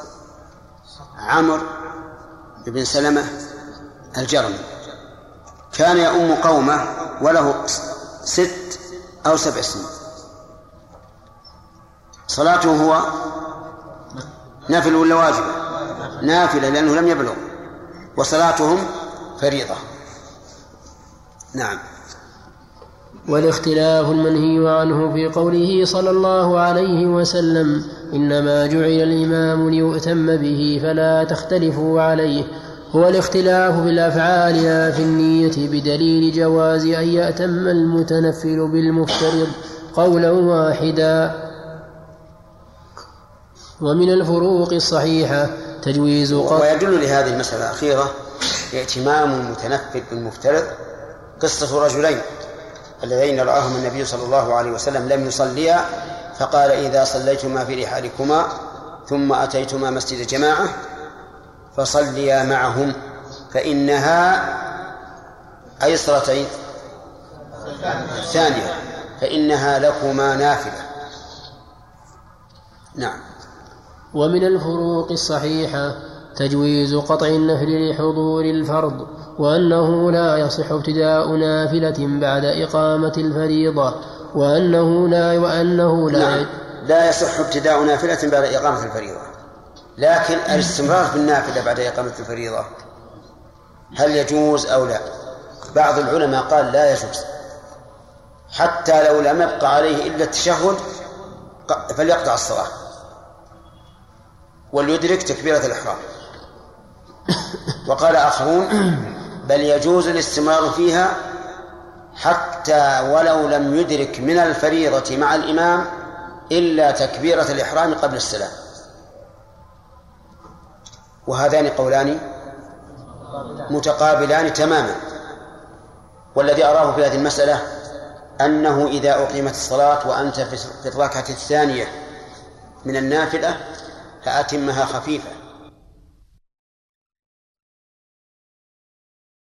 عمرو بن سلمة الجرمي، كان يؤم قومه وله ست أو سبع سنين، صلاته هو نافل ولا واجب؟ نافلة لأنه لم يبلغ، وصلاتهم فريضة. نعم. والاختلاف المنهي عنه في قوله صلى الله عليه وسلم إنما جعل الإمام ليؤتم به فلا تختلفوا عليه، هو الاختلاف في الأفعال لا في النية، بدليل جواز أن يأتم المتنفل بالمفترض قولا واحدا. ومن الفروق الصحيحة تجويز قطع. ويدل لهذه المسألة الأخيرة ائتمام المتنفل بالمفترض قصة رجلين اللذين رآهم النبي صلى الله عليه وسلم لم يصليا، فقال إذا صليتما في رحالكما ثم أتيتما مسجد جماعة فصليا معهم فإنها أي صلاتين ثانية فإنها لكما نافلة. نعم. ومن الفروق الصحيحة تجويز قطع النفل لحضور الفرض، وأنه لا يصح ابتداء نافلة بعد إقامة الفريضة، وأنه لا وأنه لا نعم. لا يصح ابتداء نافلة بعد إقامة الفريضة، لكن الاستمرار في النافلة بعد إقامة الفريضة هل يجوز أو لا؟ بعض العلماء قال لا يجوز، حتى لو لم يبقى عليه إلا التشهد فليقطع الصلاة وليدرك تكبيرة الإحرام. وقال آخرون بل يجوز الاستمرار فيها حتى ولو لم يدرك من الفريضة مع الإمام إلا تكبيرة الإحرام قبل السلام. وهذان قولان متقابلان تماما، والذي أراه في هذه المسألة أنه إذا أقيمت الصلاة وأنت في الركعة الثانية من النافلة فأتمها خفيفة